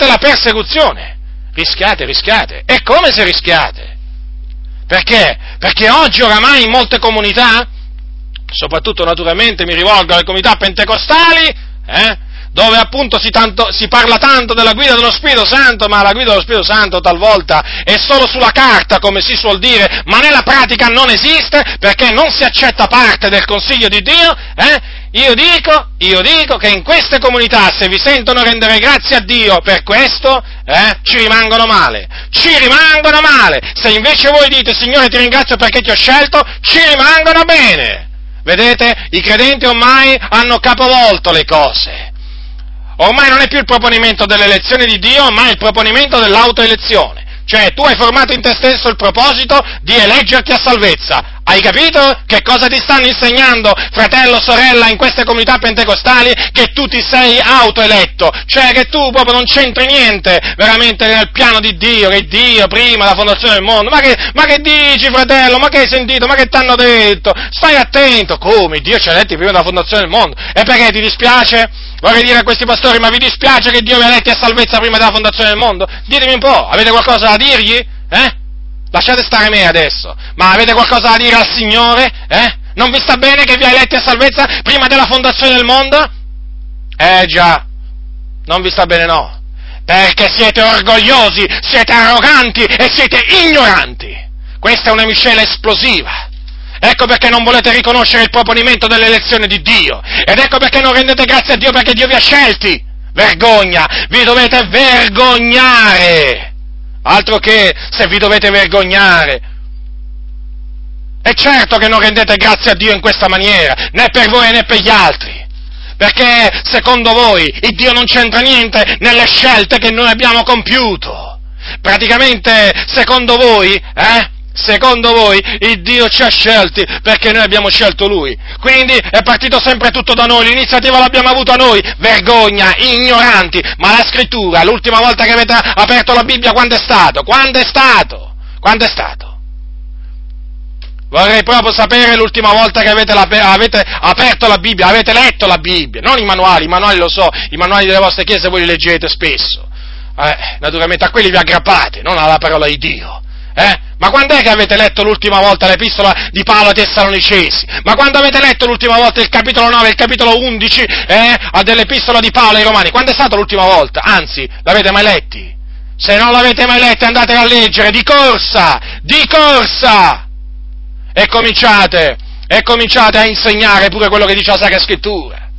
E come se rischiate? Perché? Perché oggi oramai in molte comunità, soprattutto naturalmente mi rivolgo alle comunità pentecostali, dove appunto si parla tanto della guida dello Spirito Santo, ma la guida dello Spirito Santo talvolta è solo sulla carta, come si suol dire, ma nella pratica non esiste, perché non si accetta parte del consiglio di Dio. Io dico che in queste comunità, se vi sentono rendere grazie a Dio per questo, ci rimangono male. Se invece voi dite: Signore, ti ringrazio perché ti ho scelto, ci rimangono bene. Vedete? I credenti ormai hanno capovolto le cose. Ormai non è più il proponimento dell'elezione di Dio, ma il proponimento dell'autoelezione. Cioè, tu hai formato in te stesso il proposito di eleggerti a salvezza. Hai capito che cosa ti stanno insegnando, fratello, sorella, in queste comunità pentecostali? Che tu ti sei autoeletto, cioè che tu proprio non c'entri niente veramente nel piano di Dio, che Dio prima della fondazione del mondo. Ma che dici, fratello? Ma che hai sentito? Ma che t'hanno detto? Stai attento. Come? Dio ci ha eletti prima della fondazione del mondo. E perché ti dispiace? Vorrei dire a questi pastori, ma vi dispiace che Dio vi ha eletti a salvezza prima della fondazione del mondo? Ditemi un po', avete qualcosa da dirgli? Lasciate stare me adesso, ma avete qualcosa da dire al Signore? Non vi sta bene che vi ha eletti a salvezza prima della fondazione del mondo? Già, non vi sta bene no, perché siete orgogliosi, siete arroganti e siete ignoranti. Questa è una miscela esplosiva. Ecco perché non volete riconoscere il proponimento dell'elezione di Dio, ed ecco perché non rendete grazie a Dio perché Dio vi ha scelti. Vergogna, vi dovete vergognare. Altro che se vi dovete vergognare. È certo che non rendete grazie a Dio in questa maniera, né per voi né per gli altri, perché secondo voi il Dio non c'entra niente nelle scelte che noi abbiamo compiuto. Praticamente, secondo voi il Dio ci ha scelti perché noi abbiamo scelto Lui. Quindi è partito sempre tutto da noi, l'iniziativa l'abbiamo avuta noi. Vergogna, ignoranti. Ma la Scrittura, l'ultima volta che avete aperto la Bibbia, quando è stato? Quando è stato? Vorrei proprio sapere l'ultima volta che avete aperto la Bibbia, avete letto la Bibbia, non i manuali lo so, i manuali delle vostre chiese voi li leggete spesso. Naturalmente a quelli vi aggrappate, non alla parola di Dio. Ma quando è che avete letto l'ultima volta l'epistola di Paolo ai Tessalonicesi? Ma quando avete letto l'ultima volta il capitolo 9 e il capitolo 11 dell'epistola di Paolo ai Romani? Quando è stata l'ultima volta? Anzi, l'avete mai letti? Se non l'avete mai letti andate a leggere di corsa! E cominciate a insegnare pure quello che dice la Sacra Scrittura.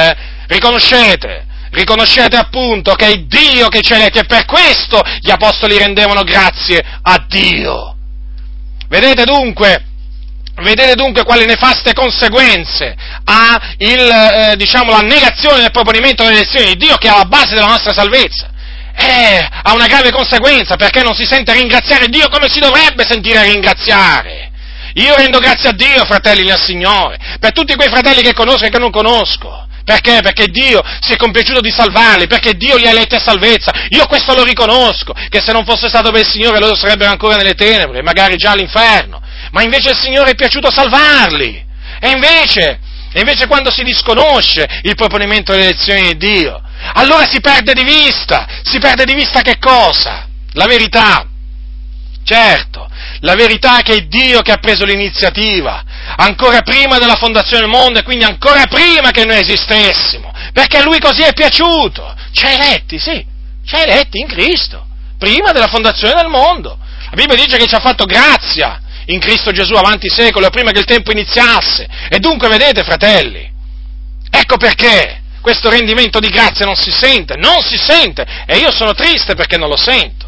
Riconoscete appunto che è Dio che ci ha eletti e per questo gli apostoli rendevano grazie a Dio. Vedete dunque quali nefaste conseguenze ha la negazione del proponimento delle elezioni di Dio, che è alla base della nostra salvezza. Ha una grave conseguenza, perché non si sente ringraziare Dio come si dovrebbe sentire ringraziare. Io rendo grazie a Dio, fratelli nel Signore, per tutti quei fratelli che conosco e che non conosco. Perché? Perché Dio si è compiaciuto di salvarli, perché Dio li ha eletti a salvezza. Io questo lo riconosco, che se non fosse stato per il Signore loro sarebbero ancora nelle tenebre, magari già all'inferno. Ma invece il Signore è piaciuto salvarli. E invece quando si disconosce il proponimento delle elezioni di Dio, allora si perde di vista che cosa? La verità. Certo, la verità è che è Dio che ha preso l'iniziativa, ancora prima della fondazione del mondo e quindi ancora prima che noi esistessimo, perché a Lui così è piaciuto. Ci ha eletti in Cristo, prima della fondazione del mondo. La Bibbia dice che ci ha fatto grazia in Cristo Gesù avanti i secoli, prima che il tempo iniziasse. E dunque, vedete, fratelli, ecco perché questo rendimento di grazia non si sente, e io sono triste perché non lo sento,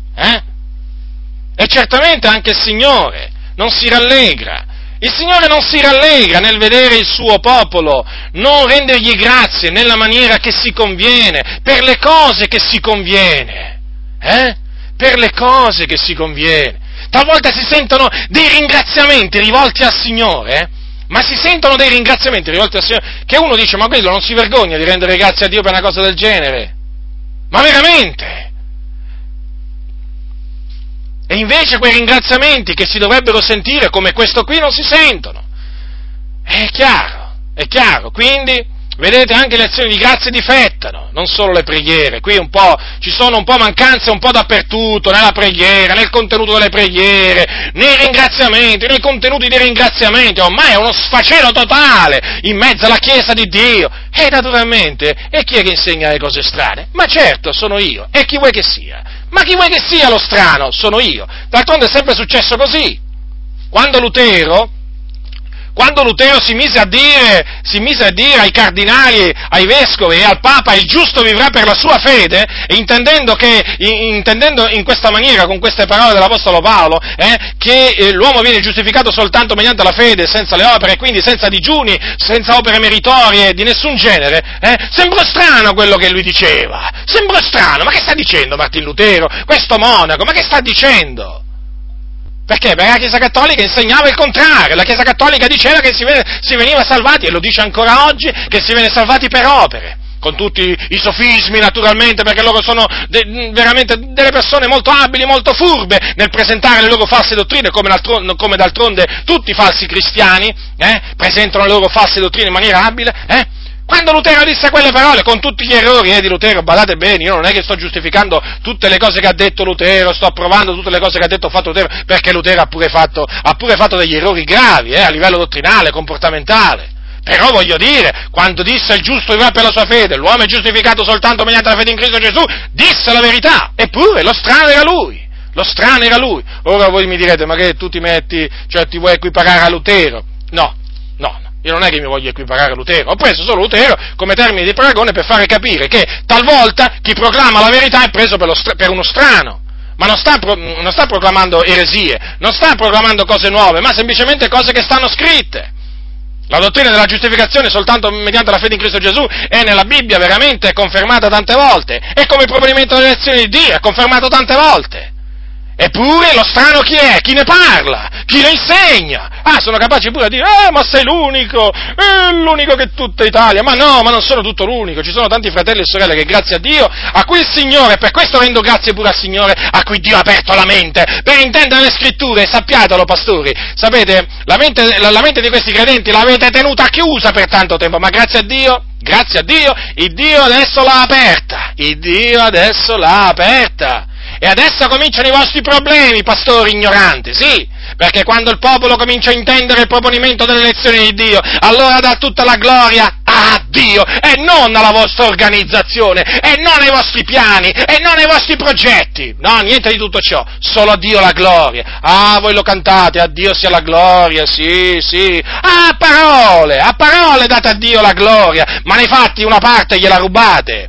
E certamente anche il Signore non si rallegra. Il Signore non si rallegra nel vedere il suo popolo non rendergli grazie nella maniera che si conviene, per le cose che si conviene, Per le cose che si conviene. Talvolta si sentono dei ringraziamenti rivolti al Signore, ma si sentono dei ringraziamenti rivolti al Signore, che uno dice, ma quello non si vergogna di rendere grazie a Dio per una cosa del genere? Ma veramente? E invece quei ringraziamenti che si dovrebbero sentire come questo qui non si sentono. È chiaro, quindi, vedete, anche le azioni di grazia difettano, non solo le preghiere, qui ci sono un po' mancanze un po' dappertutto, nella preghiera, nel contenuto delle preghiere, nei ringraziamenti, nei contenuti dei ringraziamenti, ormai è uno sfacelo totale in mezzo alla Chiesa di Dio, e naturalmente, e chi è che insegna le cose strane? Ma certo, sono io, e chi vuoi che sia? Ma chi vuoi che sia lo strano? Sono io. D'altronde è sempre successo così. Quando Lutero quando Lutero si mise a dire ai cardinali, ai vescovi e al Papa il giusto vivrà per la sua fede, intendendo in questa maniera, con queste parole dell'Apostolo Paolo, che l'uomo viene giustificato soltanto mediante la fede, senza le opere, quindi senza digiuni, senza opere meritorie di nessun genere, sembra strano quello che lui diceva, sembra strano, ma che sta dicendo Martin Lutero, questo monaco, ma che sta dicendo? Perché? Perché la Chiesa Cattolica insegnava il contrario, la Chiesa Cattolica diceva che si veniva salvati, e lo dice ancora oggi, che si viene salvati per opere, con tutti i sofismi naturalmente, perché loro sono veramente delle persone molto abili, molto furbe nel presentare le loro false dottrine, come d'altronde tutti i falsi cristiani presentano le loro false dottrine in maniera abile, Quando Lutero disse quelle parole, con tutti gli errori di Lutero, badate bene, io non è che sto giustificando tutte le cose che ha detto Lutero, sto approvando tutte le cose che ha detto o fatto Lutero, perché Lutero ha pure fatto degli errori gravi, a livello dottrinale, comportamentale. Però voglio dire, quando disse il giusto vivrà per la sua fede, l'uomo è giustificato soltanto mediante la fede in Cristo Gesù, disse la verità, eppure lo strano era lui. Lo strano era lui. Ora voi mi direte, ma che tu ti vuoi equiparare a Lutero? No. Io non è che mi voglio equiparare a Lutero, ho preso solo Lutero come termine di paragone per fare capire che talvolta chi proclama la verità è preso per uno strano, ma non sta proclamando eresie, non sta proclamando cose nuove, ma semplicemente cose che stanno scritte. La dottrina della giustificazione soltanto mediante la fede in Cristo Gesù è nella Bibbia veramente confermata tante volte, è come il provvedimento dell'elezione di Dio, è confermato tante volte. Eppure lo strano chi è? Chi ne parla? Chi lo insegna? Sono capaci pure di dire, ma sei l'unico che tutta Italia. Ma no, ma non sono tutto l'unico, ci sono tanti fratelli e sorelle che grazie a Dio, a cui il Signore, per questo rendo grazie pure al Signore, a cui Dio ha aperto la mente, per intendere le scritture, sappiatelo pastori, sapete, la mente di questi credenti l'avete tenuta chiusa per tanto tempo, ma grazie a Dio, il Dio adesso l'ha aperta. E adesso cominciano i vostri problemi, pastori ignoranti, sì, perché quando il popolo comincia a intendere il proponimento dell'elezione di Dio, allora dà tutta la gloria a Dio, e non alla vostra organizzazione, e non ai vostri piani, e non ai vostri progetti, no, niente di tutto ciò, solo a Dio la gloria. Voi lo cantate, a Dio sia la gloria, sì, a parole date a Dio la gloria, ma nei fatti una parte gliela rubate.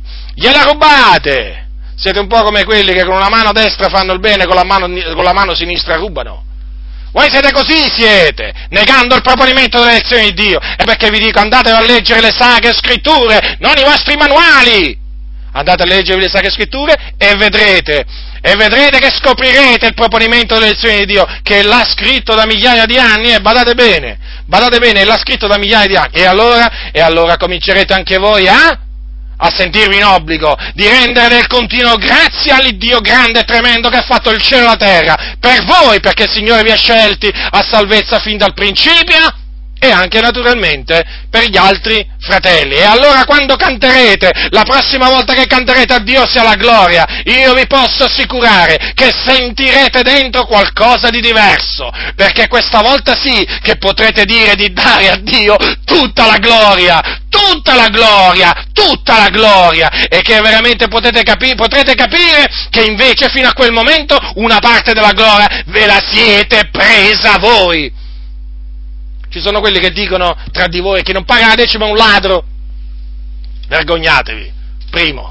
Siete un po' come quelli che con una mano destra fanno il bene, con la mano sinistra rubano. Voi siete così, negando il proponimento dell'elezione di Dio. E perché vi dico, andate a leggere le Sacre Scritture, non i vostri manuali. Andate a leggere le Sacre Scritture e vedrete che scoprirete il proponimento dell'elezione di Dio, che l'ha scritto da migliaia di anni, e badate bene, l'ha scritto da migliaia di anni. E allora comincerete anche voi a sentirvi in obbligo di rendere del continuo grazie all'Iddio grande e tremendo che ha fatto il cielo e la terra, per voi, perché il Signore vi ha scelti a salvezza fin dal principio, e anche naturalmente per gli altri fratelli. E allora quando canterete, la prossima volta che canterete a Dio sia la gloria, io vi posso assicurare che sentirete dentro qualcosa di diverso, perché questa volta sì che potrete dire di dare a Dio tutta la gloria, e che veramente potrete capire che invece fino a quel momento una parte della gloria ve la siete presa voi. Ci sono quelli che dicono tra di voi che non paga la decima è un ladro. Vergognatevi, primo.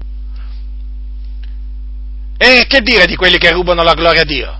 E che dire di quelli che rubano la gloria a Dio?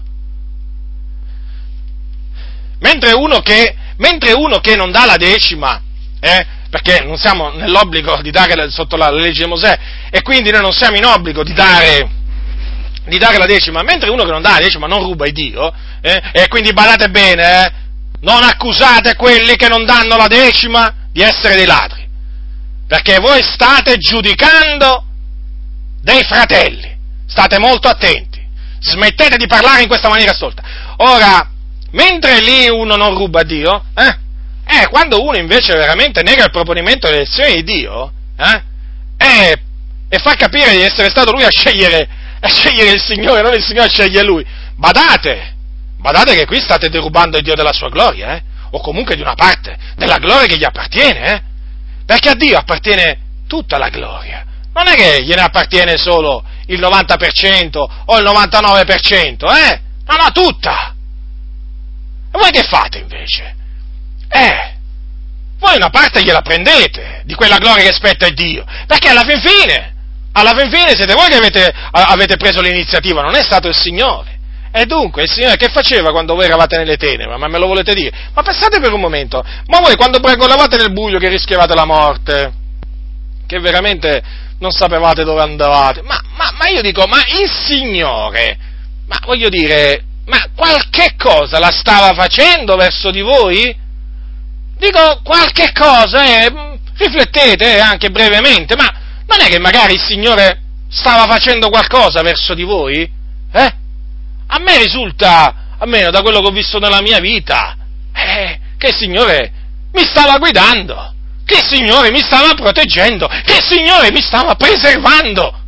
Mentre uno che non dà la decima, perché non siamo nell'obbligo di dare sotto la legge di Mosè, e quindi noi non siamo in obbligo di dare la decima, mentre uno che non dà la decima non ruba il Dio, e quindi badate bene, non accusate quelli che non danno la decima di essere dei ladri, perché voi state giudicando dei fratelli, state molto attenti, smettete di parlare in questa maniera stolta. Ora, mentre lì uno non ruba a Dio, quando uno invece veramente nega il proponimento dell'elezione di Dio, e fa capire di essere stato lui a scegliere il Signore, non il Signore a scegliere lui, badate che qui state derubando il Dio della sua gloria, o comunque di una parte della gloria che gli appartiene, perché a Dio appartiene tutta la gloria, non è che gliene appartiene solo il 90% o il 99%, no, tutta. E voi che fate invece? voi una parte gliela prendete di quella gloria che spetta a Dio, perché alla fin fine siete voi che avete preso l'iniziativa, non è stato il Signore. E dunque, il Signore che faceva quando voi eravate nelle tenebre? Ma me lo volete dire? Ma pensate per un momento, ma voi quando bragolavate nel buio che rischiavate la morte, che veramente non sapevate dove andavate, ma io dico, ma il Signore, ma voglio dire, ma qualche cosa la stava facendo verso di voi? Dico qualche cosa, riflettete anche brevemente, ma non è che magari il Signore stava facendo qualcosa verso di voi? A me risulta, almeno da quello che ho visto nella mia vita, che il Signore mi stava guidando, che il Signore mi stava proteggendo, che il Signore mi stava preservando.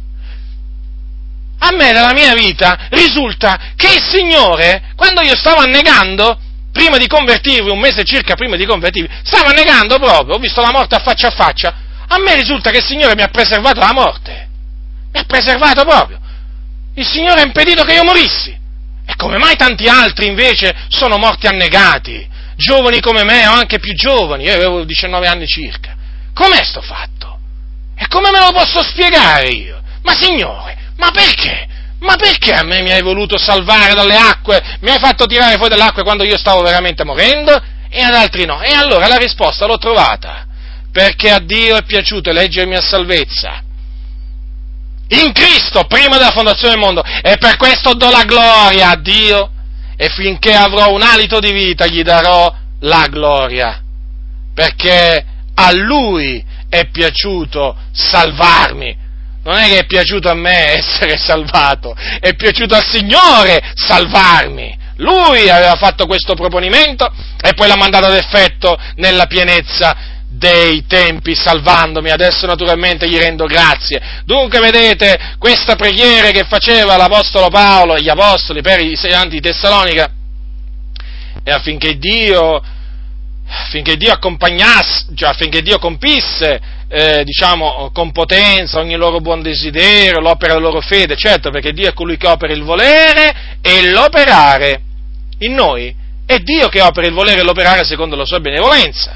A me nella mia vita risulta che il Signore, quando io stavo annegando, prima di convertirvi, un mese circa prima di convertirvi, stavo annegando proprio, ho visto la morte a faccia, a me risulta che il Signore mi ha preservato la morte, mi ha preservato proprio, il Signore ha impedito che io morissi, e come mai tanti altri invece sono morti annegati, giovani come me o anche più giovani, io avevo 19 anni circa, com'è sto fatto? E come me lo posso spiegare io? Ma Signore, ma perché? Ma perché a me mi hai voluto salvare dalle acque, mi hai fatto tirare fuori dalle acque quando io stavo veramente morendo, e ad altri no? E allora la risposta l'ho trovata, perché a Dio è piaciuto eleggermi a salvezza in Cristo prima della fondazione del mondo, e per questo do la gloria a Dio, e finché avrò un alito di vita gli darò la gloria, perché a Lui è piaciuto salvarmi. Non è che è piaciuto a me essere salvato, è piaciuto al Signore salvarmi. Lui aveva fatto questo proponimento e poi l'ha mandato ad effetto nella pienezza dei tempi, salvandomi. Adesso naturalmente gli rendo grazie. Dunque vedete, questa preghiera che faceva l'Apostolo Paolo e gli Apostoli per i santi di Tessalonica, e affinché Dio accompagnasse, cioè affinché Dio compisse, con potenza ogni loro buon desiderio, l'opera della loro fede, certo, perché Dio è colui che opera il volere e l'operare in noi, è Dio che opera il volere e l'operare secondo la sua benevolenza.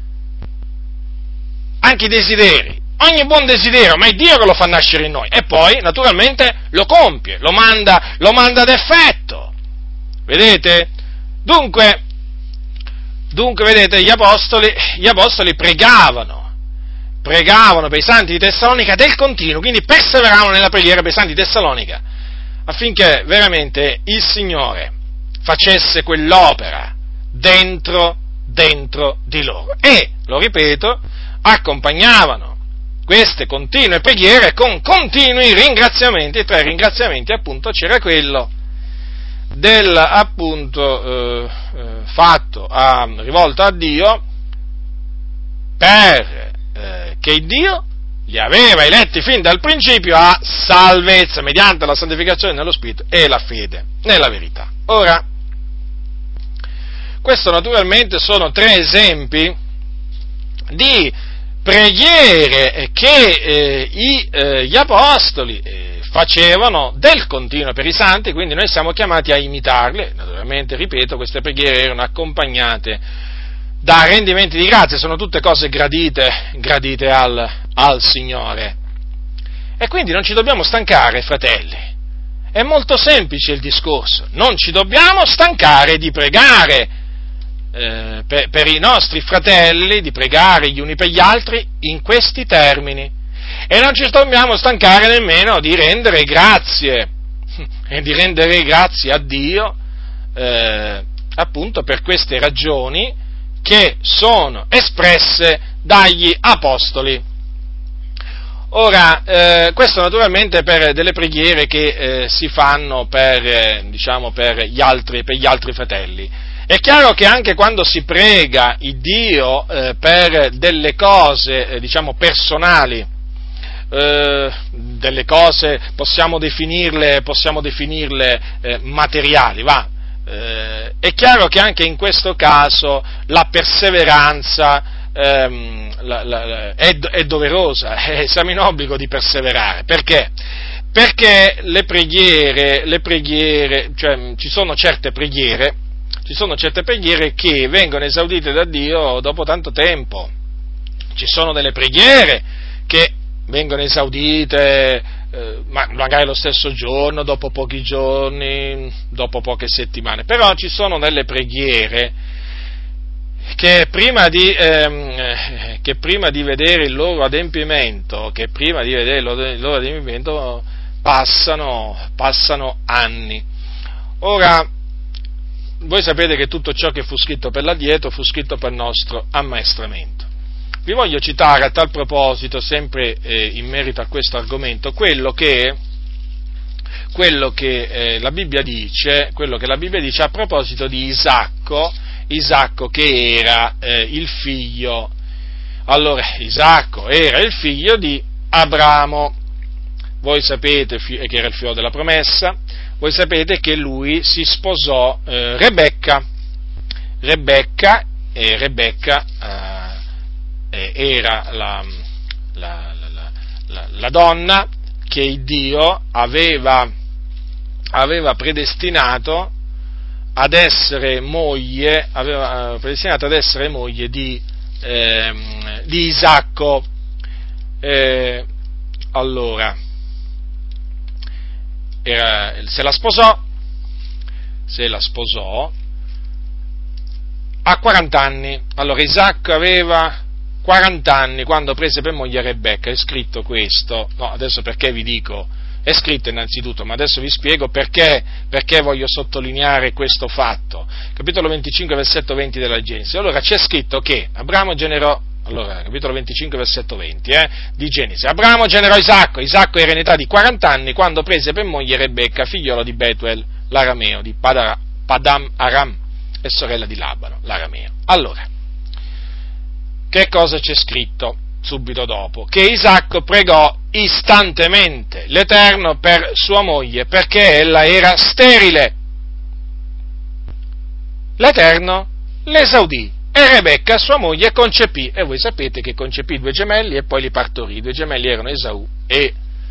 Anche i desideri, ogni buon desiderio, ma è Dio che lo fa nascere in noi, e poi, naturalmente, lo compie, lo manda ad effetto. Vedete? Dunque, vedete, gli apostoli pregavano per i santi di Tessalonica del continuo, quindi perseveravano nella preghiera per i santi di Tessalonica, affinché veramente il Signore facesse quell'opera dentro di loro. E, lo ripeto, accompagnavano queste continue preghiere con continui ringraziamenti, e tra i ringraziamenti appunto c'era quello del appunto fatto rivolto a Dio per che Dio li aveva eletti fin dal principio a salvezza mediante la santificazione nello Spirito e la fede nella verità. Ora, questo naturalmente sono 3 esempi di preghiere che gli apostoli facevano del continuo per i santi, quindi noi siamo chiamati a imitarle. Naturalmente, ripeto, queste preghiere erano accompagnate da rendimenti di grazie, sono tutte cose gradite al Signore. E quindi non ci dobbiamo stancare, fratelli. È molto semplice il discorso, non ci dobbiamo stancare di pregare per i nostri fratelli, di pregare gli uni per gli altri in questi termini, e non ci dobbiamo stancare nemmeno di rendere grazie a Dio appunto per queste ragioni che sono espresse dagli apostoli. Ora, questo naturalmente per delle preghiere che si fanno per gli altri fratelli. È chiaro che anche quando si prega il Dio per delle cose, personali, delle cose possiamo definirle materiali, è chiaro che anche in questo caso la perseveranza è doverosa, siamo in obbligo di perseverare. Perché? Perché le preghiere, cioè ci sono certe preghiere Ci sono certe preghiere che vengono esaudite da Dio dopo tanto tempo. Ci sono delle preghiere che vengono esaudite magari lo stesso giorno, dopo pochi giorni, dopo poche settimane, però ci sono delle preghiere che prima di vedere il loro adempimento, passano anni. Ora, voi sapete che tutto ciò che fu scritto per l'addietro fu scritto per il nostro ammaestramento. Vi voglio citare a tal proposito, sempre in merito a questo argomento, quello che la Bibbia dice a proposito di Isacco che era il figlio. Allora, Isacco era il figlio di Abramo. Voi sapete che era il figlio della promessa. Voi sapete che lui si sposò Rebecca. Rebecca era la donna che Dio aveva predestinato ad essere moglie, di Isacco. Allora, se la sposò a 40 anni. Allora, Isacco aveva 40 anni quando prese per moglie Rebecca. È scritto questo. No, adesso perché vi dico? È scritto innanzitutto, ma adesso vi spiego perché voglio sottolineare questo fatto. Capitolo 25, versetto 20 della Genesi. Allora, c'è scritto che Abramo generò, capitolo 25, versetto 20, di Genesi. Abramo generò Isacco era in età di 40 anni quando prese per moglie Rebecca, figliolo di Betuel, l'arameo, di Padam Aram, e sorella di Labano, l'arameo. Allora, che cosa c'è scritto subito dopo? Che Isacco pregò istantemente l'Eterno per sua moglie, perché ella era sterile. L'Eterno l'esaudì e Rebecca, sua moglie, concepì, e voi sapete che concepì 2 gemelli e poi li partorì. I 2 gemelli erano Esau e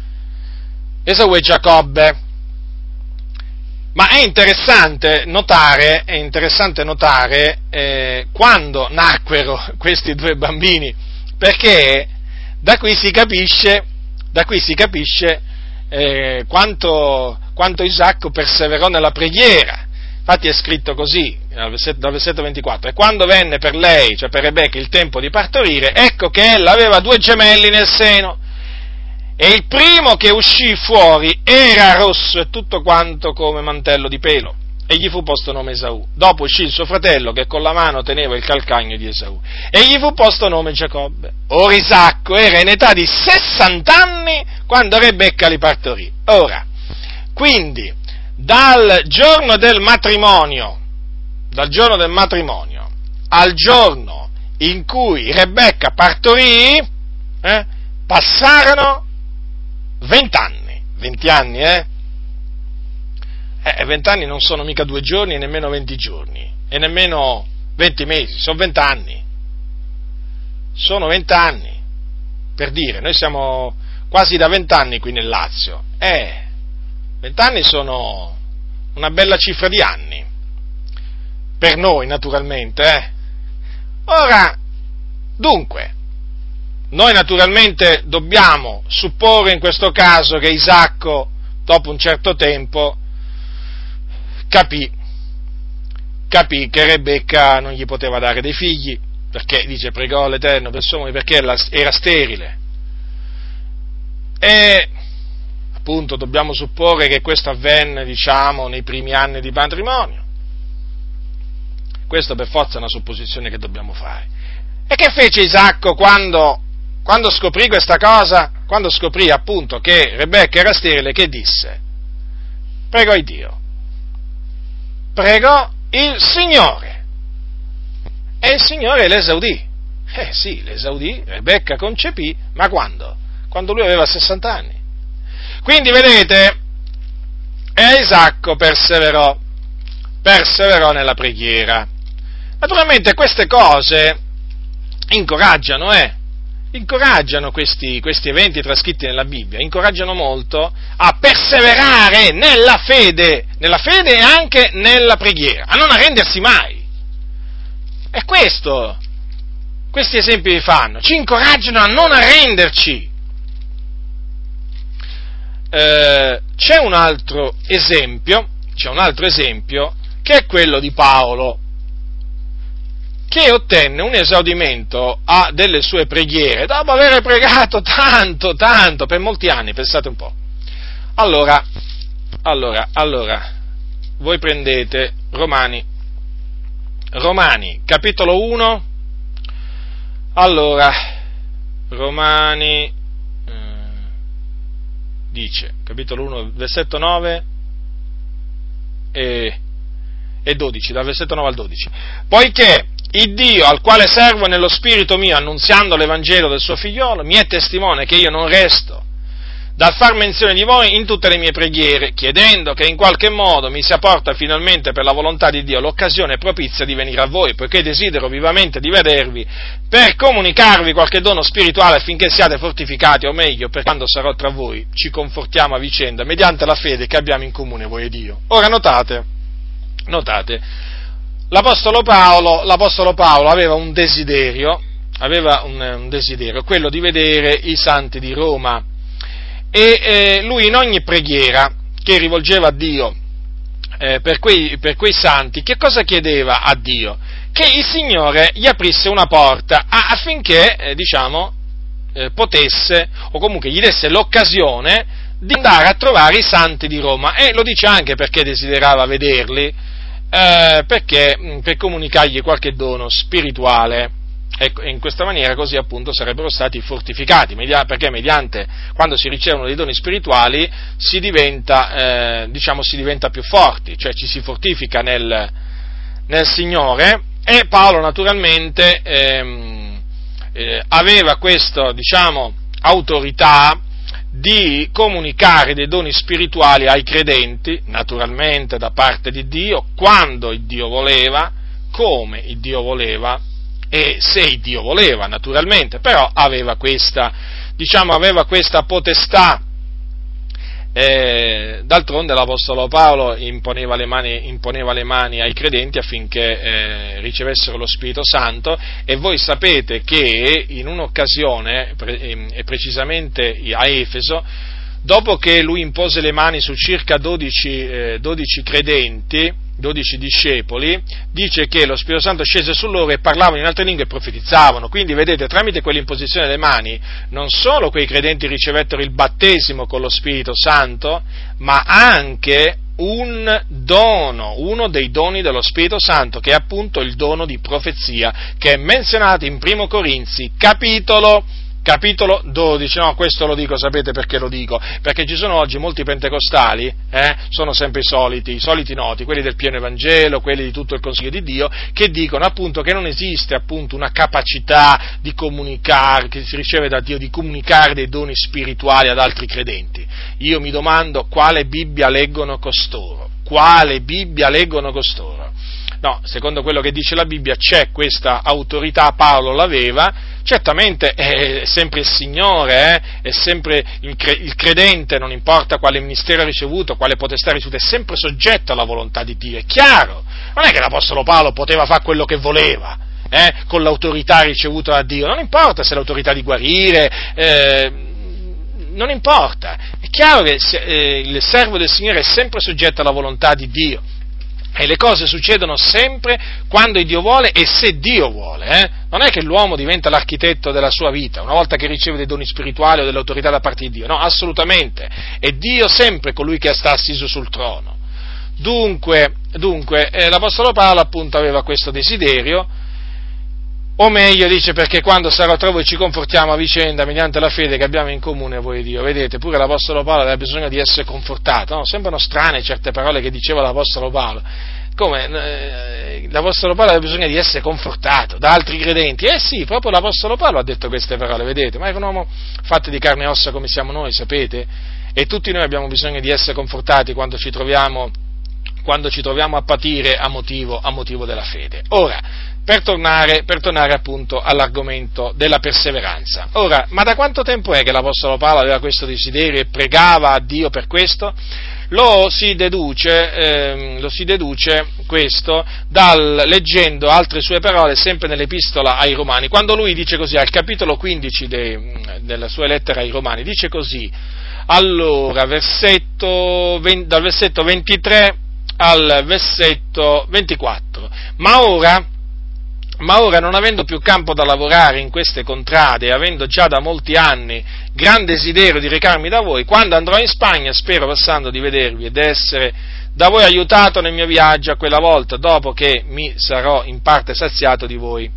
Giacobbe. Ma è interessante notare quando nacquero questi 2 bambini, perché da qui si capisce quanto Isacco perseverò nella preghiera. Infatti è scritto così, dal versetto 24, e quando venne per lei, cioè per Rebecca, il tempo di partorire, ecco che ella aveva 2 gemelli nel seno. E il primo che uscì fuori era rosso e tutto quanto come mantello di pelo, e gli fu posto nome Esaù. Dopo uscì il suo fratello che con la mano teneva il calcagno di Esaù, e gli fu posto nome Giacobbe. Ora Isacco era in età di 60 anni quando Rebecca li partorì. Ora, quindi, dal giorno del matrimonio al giorno in cui Rebecca partorì, passarono 20 anni, 20 anni, 20 anni non sono mica 2 giorni e nemmeno 20 giorni, e nemmeno 20 mesi, sono 20 anni. Sono 20 anni, per dire, noi siamo quasi da 20 anni qui nel Lazio, 20 anni sono una bella cifra di anni, per noi naturalmente, Ora, dunque, noi naturalmente dobbiamo supporre in questo caso che Isacco, dopo un certo tempo, capì che Rebecca non gli poteva dare dei figli, perché, dice, pregò l'Eterno per sua moglie perché era sterile. E, appunto, dobbiamo supporre che questo avvenne, nei primi anni di matrimonio. Questo per forza è una supposizione che dobbiamo fare. E che fece Isacco quando scoprì questa cosa? Quando scoprì appunto che Rebecca era sterile, che disse? Pregò il Dio. Pregò il Signore. E il Signore l'esaudì. Sì, l'esaudì, Rebecca concepì, ma quando? Quando lui aveva 60 anni. Quindi vedete, e Isacco perseverò nella preghiera. Naturalmente queste cose incoraggiano, incoraggiano questi eventi trascritti nella Bibbia, incoraggiano molto a perseverare nella fede e anche nella preghiera, a non arrendersi mai. E questi esempi vi fanno, ci incoraggiano a non arrenderci. C'è un altro esempio che è quello di Paolo, che ottenne un esaudimento a delle sue preghiere dopo aver pregato tanto per molti anni, pensate un po'. Allora, voi prendete Romani, capitolo 1, allora, Romani, dice, capitolo 1, versetto 9 e 12, dal versetto 9 al 12, poiché il Dio al quale servo nello spirito mio, annunziando l'Evangelo del suo figliolo, mi è testimone che io non resto dal far menzione di voi in tutte le mie preghiere, chiedendo che in qualche modo mi sia porta finalmente per la volontà di Dio l'occasione propizia di venire a voi, poiché desidero vivamente di vedervi per comunicarvi qualche dono spirituale affinché siate fortificati, o meglio, per quando sarò tra voi ci confortiamo a vicenda mediante la fede che abbiamo in comune voi ed io. Ora notate, l'Apostolo Paolo aveva un desiderio, quello di vedere i santi di Roma, e lui in ogni preghiera che rivolgeva a Dio per quei santi, che cosa chiedeva a Dio? Che il Signore gli aprisse una porta affinché, potesse, o comunque gli desse l'occasione di andare a trovare i santi di Roma, e lo dice anche perché desiderava vederli, perché per comunicargli qualche dono spirituale, e in questa maniera così appunto sarebbero stati fortificati, perché mediante, quando si ricevono dei doni spirituali, si diventa più forti, cioè ci si fortifica nel Signore, e Paolo naturalmente aveva questa, autorità di comunicare dei doni spirituali ai credenti, naturalmente da parte di Dio, quando il Dio voleva, come il Dio voleva, e se il Dio voleva, naturalmente, però aveva questa potestà. D'altronde l'Apostolo Paolo imponeva le mani ai credenti affinché ricevessero lo Spirito Santo, e voi sapete che in un'occasione, e precisamente a Efeso, dopo che lui impose le mani su circa 12 credenti, 12 discepoli, dice che lo Spirito Santo scese su loro e parlavano in altre lingue e profetizzavano. Quindi vedete, tramite quell'imposizione delle mani, non solo quei credenti ricevettero il battesimo con lo Spirito Santo, ma anche un dono, uno dei doni dello Spirito Santo, che è appunto il dono di profezia, che è menzionato in 1 Corinzi, capitolo 12, no, questo lo dico, sapete perché lo dico? Perché ci sono oggi molti pentecostali, sono sempre i soliti noti, quelli del pieno Evangelo, quelli di tutto il Consiglio di Dio, che dicono appunto che non esiste appunto una capacità di comunicare, che si riceve da Dio, di comunicare dei doni spirituali ad altri credenti. Io mi domando quale Bibbia leggono costoro? No, secondo quello che dice la Bibbia c'è questa autorità, Paolo l'aveva, certamente è sempre il Signore, è sempre il credente, non importa quale ministero ha ricevuto, quale potestà ha ricevuto, è sempre soggetto alla volontà di Dio, è chiaro, non è che l'Apostolo Paolo poteva fare quello che voleva, con l'autorità ricevuta da Dio, non importa se è l'autorità di guarire, non importa, è chiaro che il servo del Signore è sempre soggetto alla volontà di Dio. E le cose succedono sempre quando Dio vuole e se Dio vuole, Non è che l'uomo diventa l'architetto della sua vita, una volta che riceve dei doni spirituali o dell'autorità da parte di Dio, no, assolutamente, è Dio sempre colui che sta assiso sul trono. Dunque, l'Apostolo Paolo appunto aveva questo desiderio, o meglio dice, perché quando sarò tra voi ci confortiamo a vicenda mediante la fede che abbiamo in comune voi e Dio. Vedete, pure l'Apostolo Paolo aveva bisogno di essere confortato, no? Sembrano strane certe parole che diceva l'Apostolo Paolo. Come l'Apostolo Paolo aveva bisogno di essere confortato da altri credenti? Sì, proprio l'Apostolo Paolo ha detto queste parole, vedete, ma era un uomo fatto di carne e ossa come siamo noi, sapete? E tutti noi abbiamo bisogno di essere confortati quando ci troviamo a patire a motivo della fede. Ora, per tornare appunto all'argomento della perseveranza. Ora, ma da quanto tempo è che l'Apostolo Paolo aveva questo desiderio e pregava a Dio per questo? Lo si deduce questo leggendo altre sue parole sempre nell'Epistola ai Romani, quando lui dice così, al capitolo 15 della sua lettera ai Romani, dice così, allora, dal versetto 23 al versetto 24, ma ora, non avendo più campo da lavorare in queste contrade, avendo già da molti anni gran desiderio di recarmi da voi, quando andrò in Spagna, spero passando di vedervi ed essere da voi aiutato nel mio viaggio a quella volta, dopo che mi sarò in parte saziato di voi.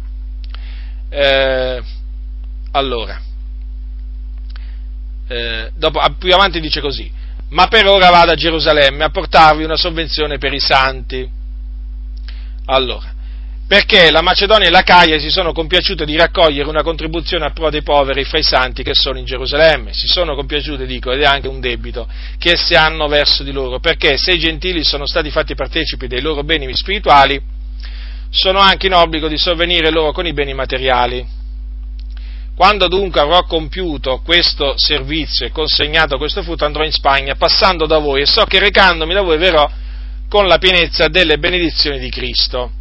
Più avanti dice così, ma per ora vado a Gerusalemme a portarvi una sovvenzione per i santi. Allora, perché la Macedonia e l'Acaia si sono compiaciute di raccogliere una contribuzione a pro dei poveri fra i santi che sono in Gerusalemme, si sono compiaciute, dico, ed è anche un debito che essi hanno verso di loro, perché se i gentili sono stati fatti partecipi dei loro beni spirituali, sono anche in obbligo di sovvenire loro con i beni materiali. Quando dunque avrò compiuto questo servizio e consegnato questo frutto, andrò in Spagna, passando da voi, e so che recandomi da voi verrò con la pienezza delle benedizioni di Cristo.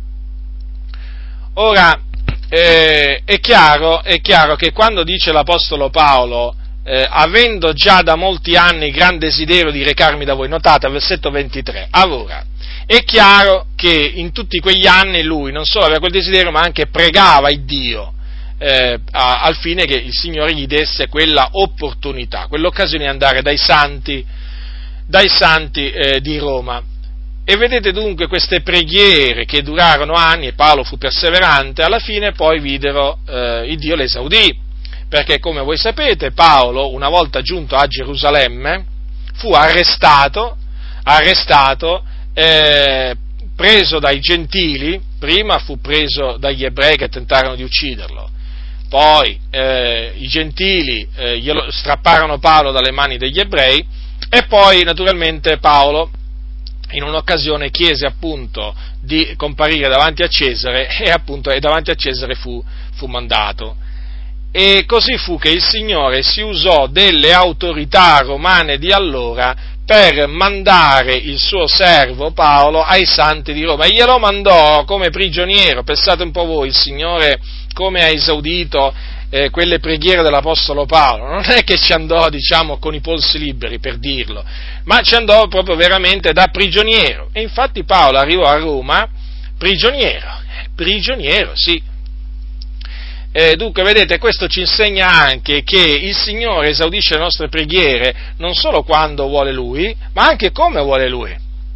Ora, è chiaro che quando dice l'Apostolo Paolo, avendo già da molti anni gran desiderio di recarmi da voi, notate al versetto 23, allora, è chiaro che in tutti quegli anni lui non solo aveva quel desiderio, ma anche pregava il Dio, al fine che il Signore gli desse quella opportunità, quell'occasione di andare dai santi di Roma. E vedete dunque queste preghiere che durarono anni, e Paolo fu perseverante, alla fine poi videro, il Dio le esaudì, perché come voi sapete Paolo, una volta giunto a Gerusalemme, fu arrestato, preso dai gentili, prima fu preso dagli ebrei che tentarono di ucciderlo, poi i gentili glielo strapparono Paolo dalle mani degli ebrei, e poi naturalmente Paolo in un'occasione chiese appunto di comparire davanti a Cesare e davanti a Cesare fu mandato. E così fu che il Signore si usò delle autorità romane di allora per mandare il suo servo Paolo ai santi di Roma, e glielo mandò come prigioniero. Pensate un po' voi, il Signore come ha esaudito quelle preghiere dell'Apostolo Paolo. Non è che ci andò, con i polsi liberi, per dirlo, ma ci andò proprio veramente da prigioniero, e infatti Paolo arrivò a Roma prigioniero, sì. Dunque, vedete, questo ci insegna anche che il Signore esaudisce le nostre preghiere non solo quando vuole Lui, ma anche come vuole Lui.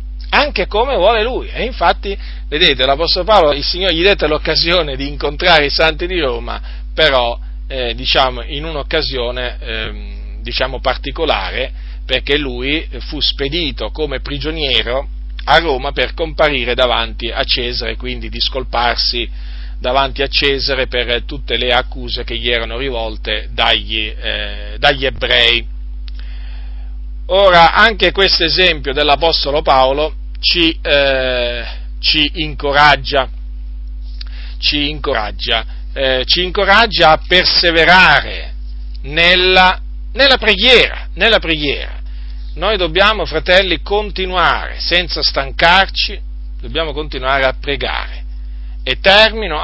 E infatti, vedete, l'Apostolo Paolo, il Signore gli dette l'occasione di incontrare i santi di Roma, però, in un'occasione, particolare, perché lui fu spedito come prigioniero a Roma per comparire davanti a Cesare, quindi discolparsi davanti a Cesare per tutte le accuse che gli erano rivolte dagli ebrei. Ora, anche questo esempio dell'Apostolo Paolo ci incoraggia a perseverare nella preghiera. Noi dobbiamo, fratelli, continuare senza stancarci, dobbiamo continuare a pregare. E termino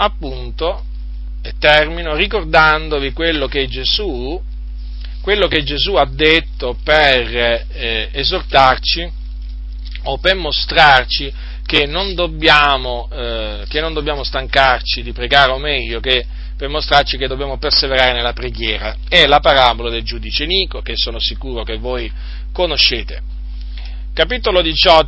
ricordandovi quello che Gesù ha detto per esortarci o per mostrarci che non dobbiamo stancarci di pregare, o meglio, che per mostrarci che dobbiamo perseverare nella preghiera. È la parabola del giudice iniquo, che sono sicuro che voi conoscete. Capitolo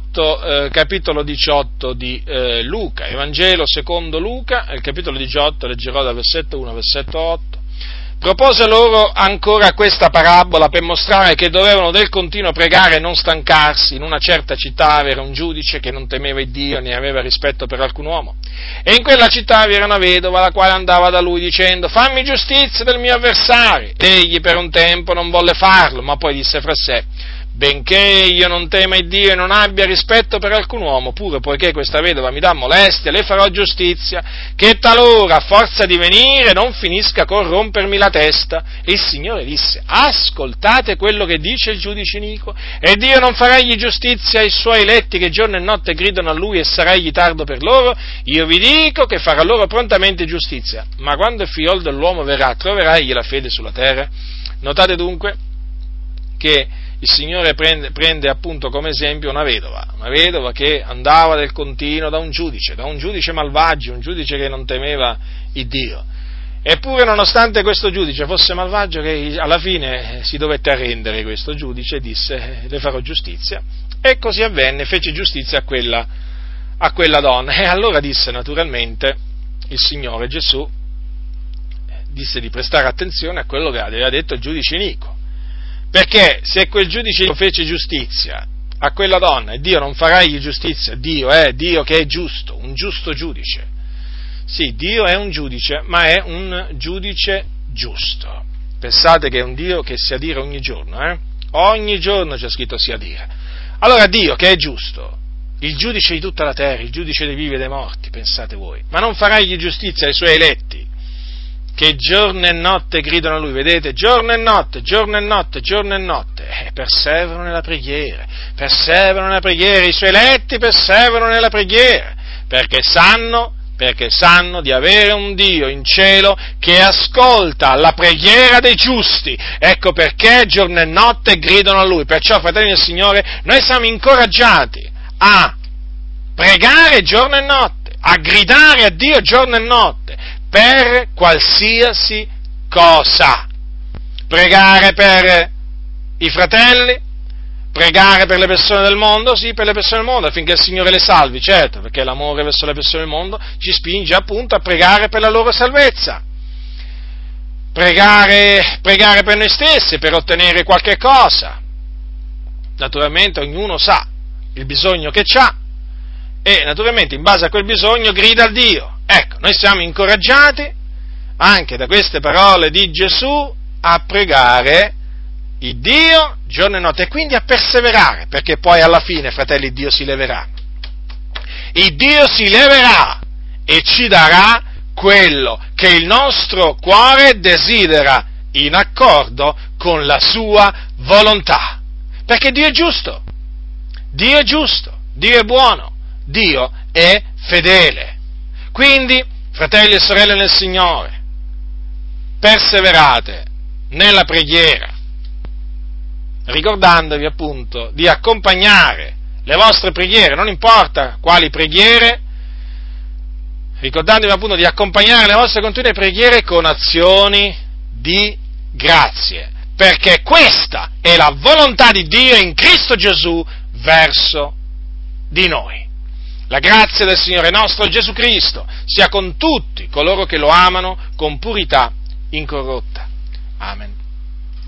18 di Luca, Evangelo secondo Luca, il capitolo 18, leggerò dal versetto 1 al versetto 8. Propose loro ancora questa parabola per mostrare che dovevano del continuo pregare e non stancarsi. In una certa città era un giudice che non temeva il Dio né aveva rispetto per alcun uomo, e in quella città vi era una vedova la quale andava da lui dicendo: fammi giustizia del mio avversario. Egli per un tempo non volle farlo, ma poi disse fra sé: benché io non tema il Dio e non abbia rispetto per alcun uomo, pure poiché questa vedova mi dà molestia, le farò giustizia, che talora a forza di venire non finisca con rompermi la testa. E il Signore disse: ascoltate quello che dice il giudice iniquo, e Dio non farà egli giustizia ai suoi eletti che giorno e notte gridano a lui, e sarà egli tardo per loro? Io vi dico che farà loro prontamente giustizia. Ma quando il figliol dell'uomo verrà, troverà egli la fede sulla terra? Notate dunque che il Signore prende appunto come esempio una vedova che andava del continuo da un giudice malvagio, un giudice che non temeva il Dio. Eppure, nonostante questo giudice fosse malvagio, che alla fine si dovette arrendere questo giudice e disse: le farò giustizia. E così avvenne, fece giustizia a quella donna. E allora disse naturalmente il Signore Gesù, disse di prestare attenzione a quello che aveva detto il giudice iniquo. Perché se quel giudice fece giustizia a quella donna e Dio non farà egli giustizia, Dio che è giusto, un giusto giudice. Sì, Dio è un giudice, ma è un giudice giusto. Pensate che è un Dio che si adira ogni giorno, Ogni giorno c'è scritto si adira. Allora Dio che è giusto, il giudice di tutta la terra, il giudice dei vivi e dei morti, pensate voi, ma non farà egli giustizia ai suoi eletti, che giorno e notte gridano a lui, vedete, giorno e notte, perseverano nella preghiera, i suoi eletti perseverano nella preghiera, perché sanno di avere un Dio in cielo che ascolta la preghiera dei giusti. Ecco perché giorno e notte gridano a lui. Perciò, fratelli del Signore, noi siamo incoraggiati a pregare giorno e notte, a gridare a Dio giorno e notte, per qualsiasi cosa. Pregare per i fratelli, pregare per le persone del mondo, sì, per le persone del mondo, affinché il Signore le salvi, certo, perché l'amore verso le persone del mondo ci spinge appunto a pregare per la loro salvezza. Pregare per noi stessi, per ottenere qualche cosa. Naturalmente ognuno sa il bisogno che ha e naturalmente in base a quel bisogno grida al Dio. Ecco, noi siamo incoraggiati anche da queste parole di Gesù a pregare il Dio giorno e notte e quindi a perseverare, perché poi alla fine, fratelli, Dio si leverà. Il Dio si leverà e ci darà quello che il nostro cuore desidera in accordo con la sua volontà. Perché Dio è giusto, Dio è buono, Dio è fedele. Quindi, fratelli e sorelle nel Signore, perseverate nella preghiera, ricordandovi appunto di accompagnare le vostre preghiere, non importa quali preghiere, ricordandovi appunto di accompagnare le vostre continue preghiere con azioni di grazie, perché questa è la volontà di Dio in Cristo Gesù verso di noi. La grazia del Signore nostro Gesù Cristo sia con tutti coloro che lo amano con purità incorrotta. Amen.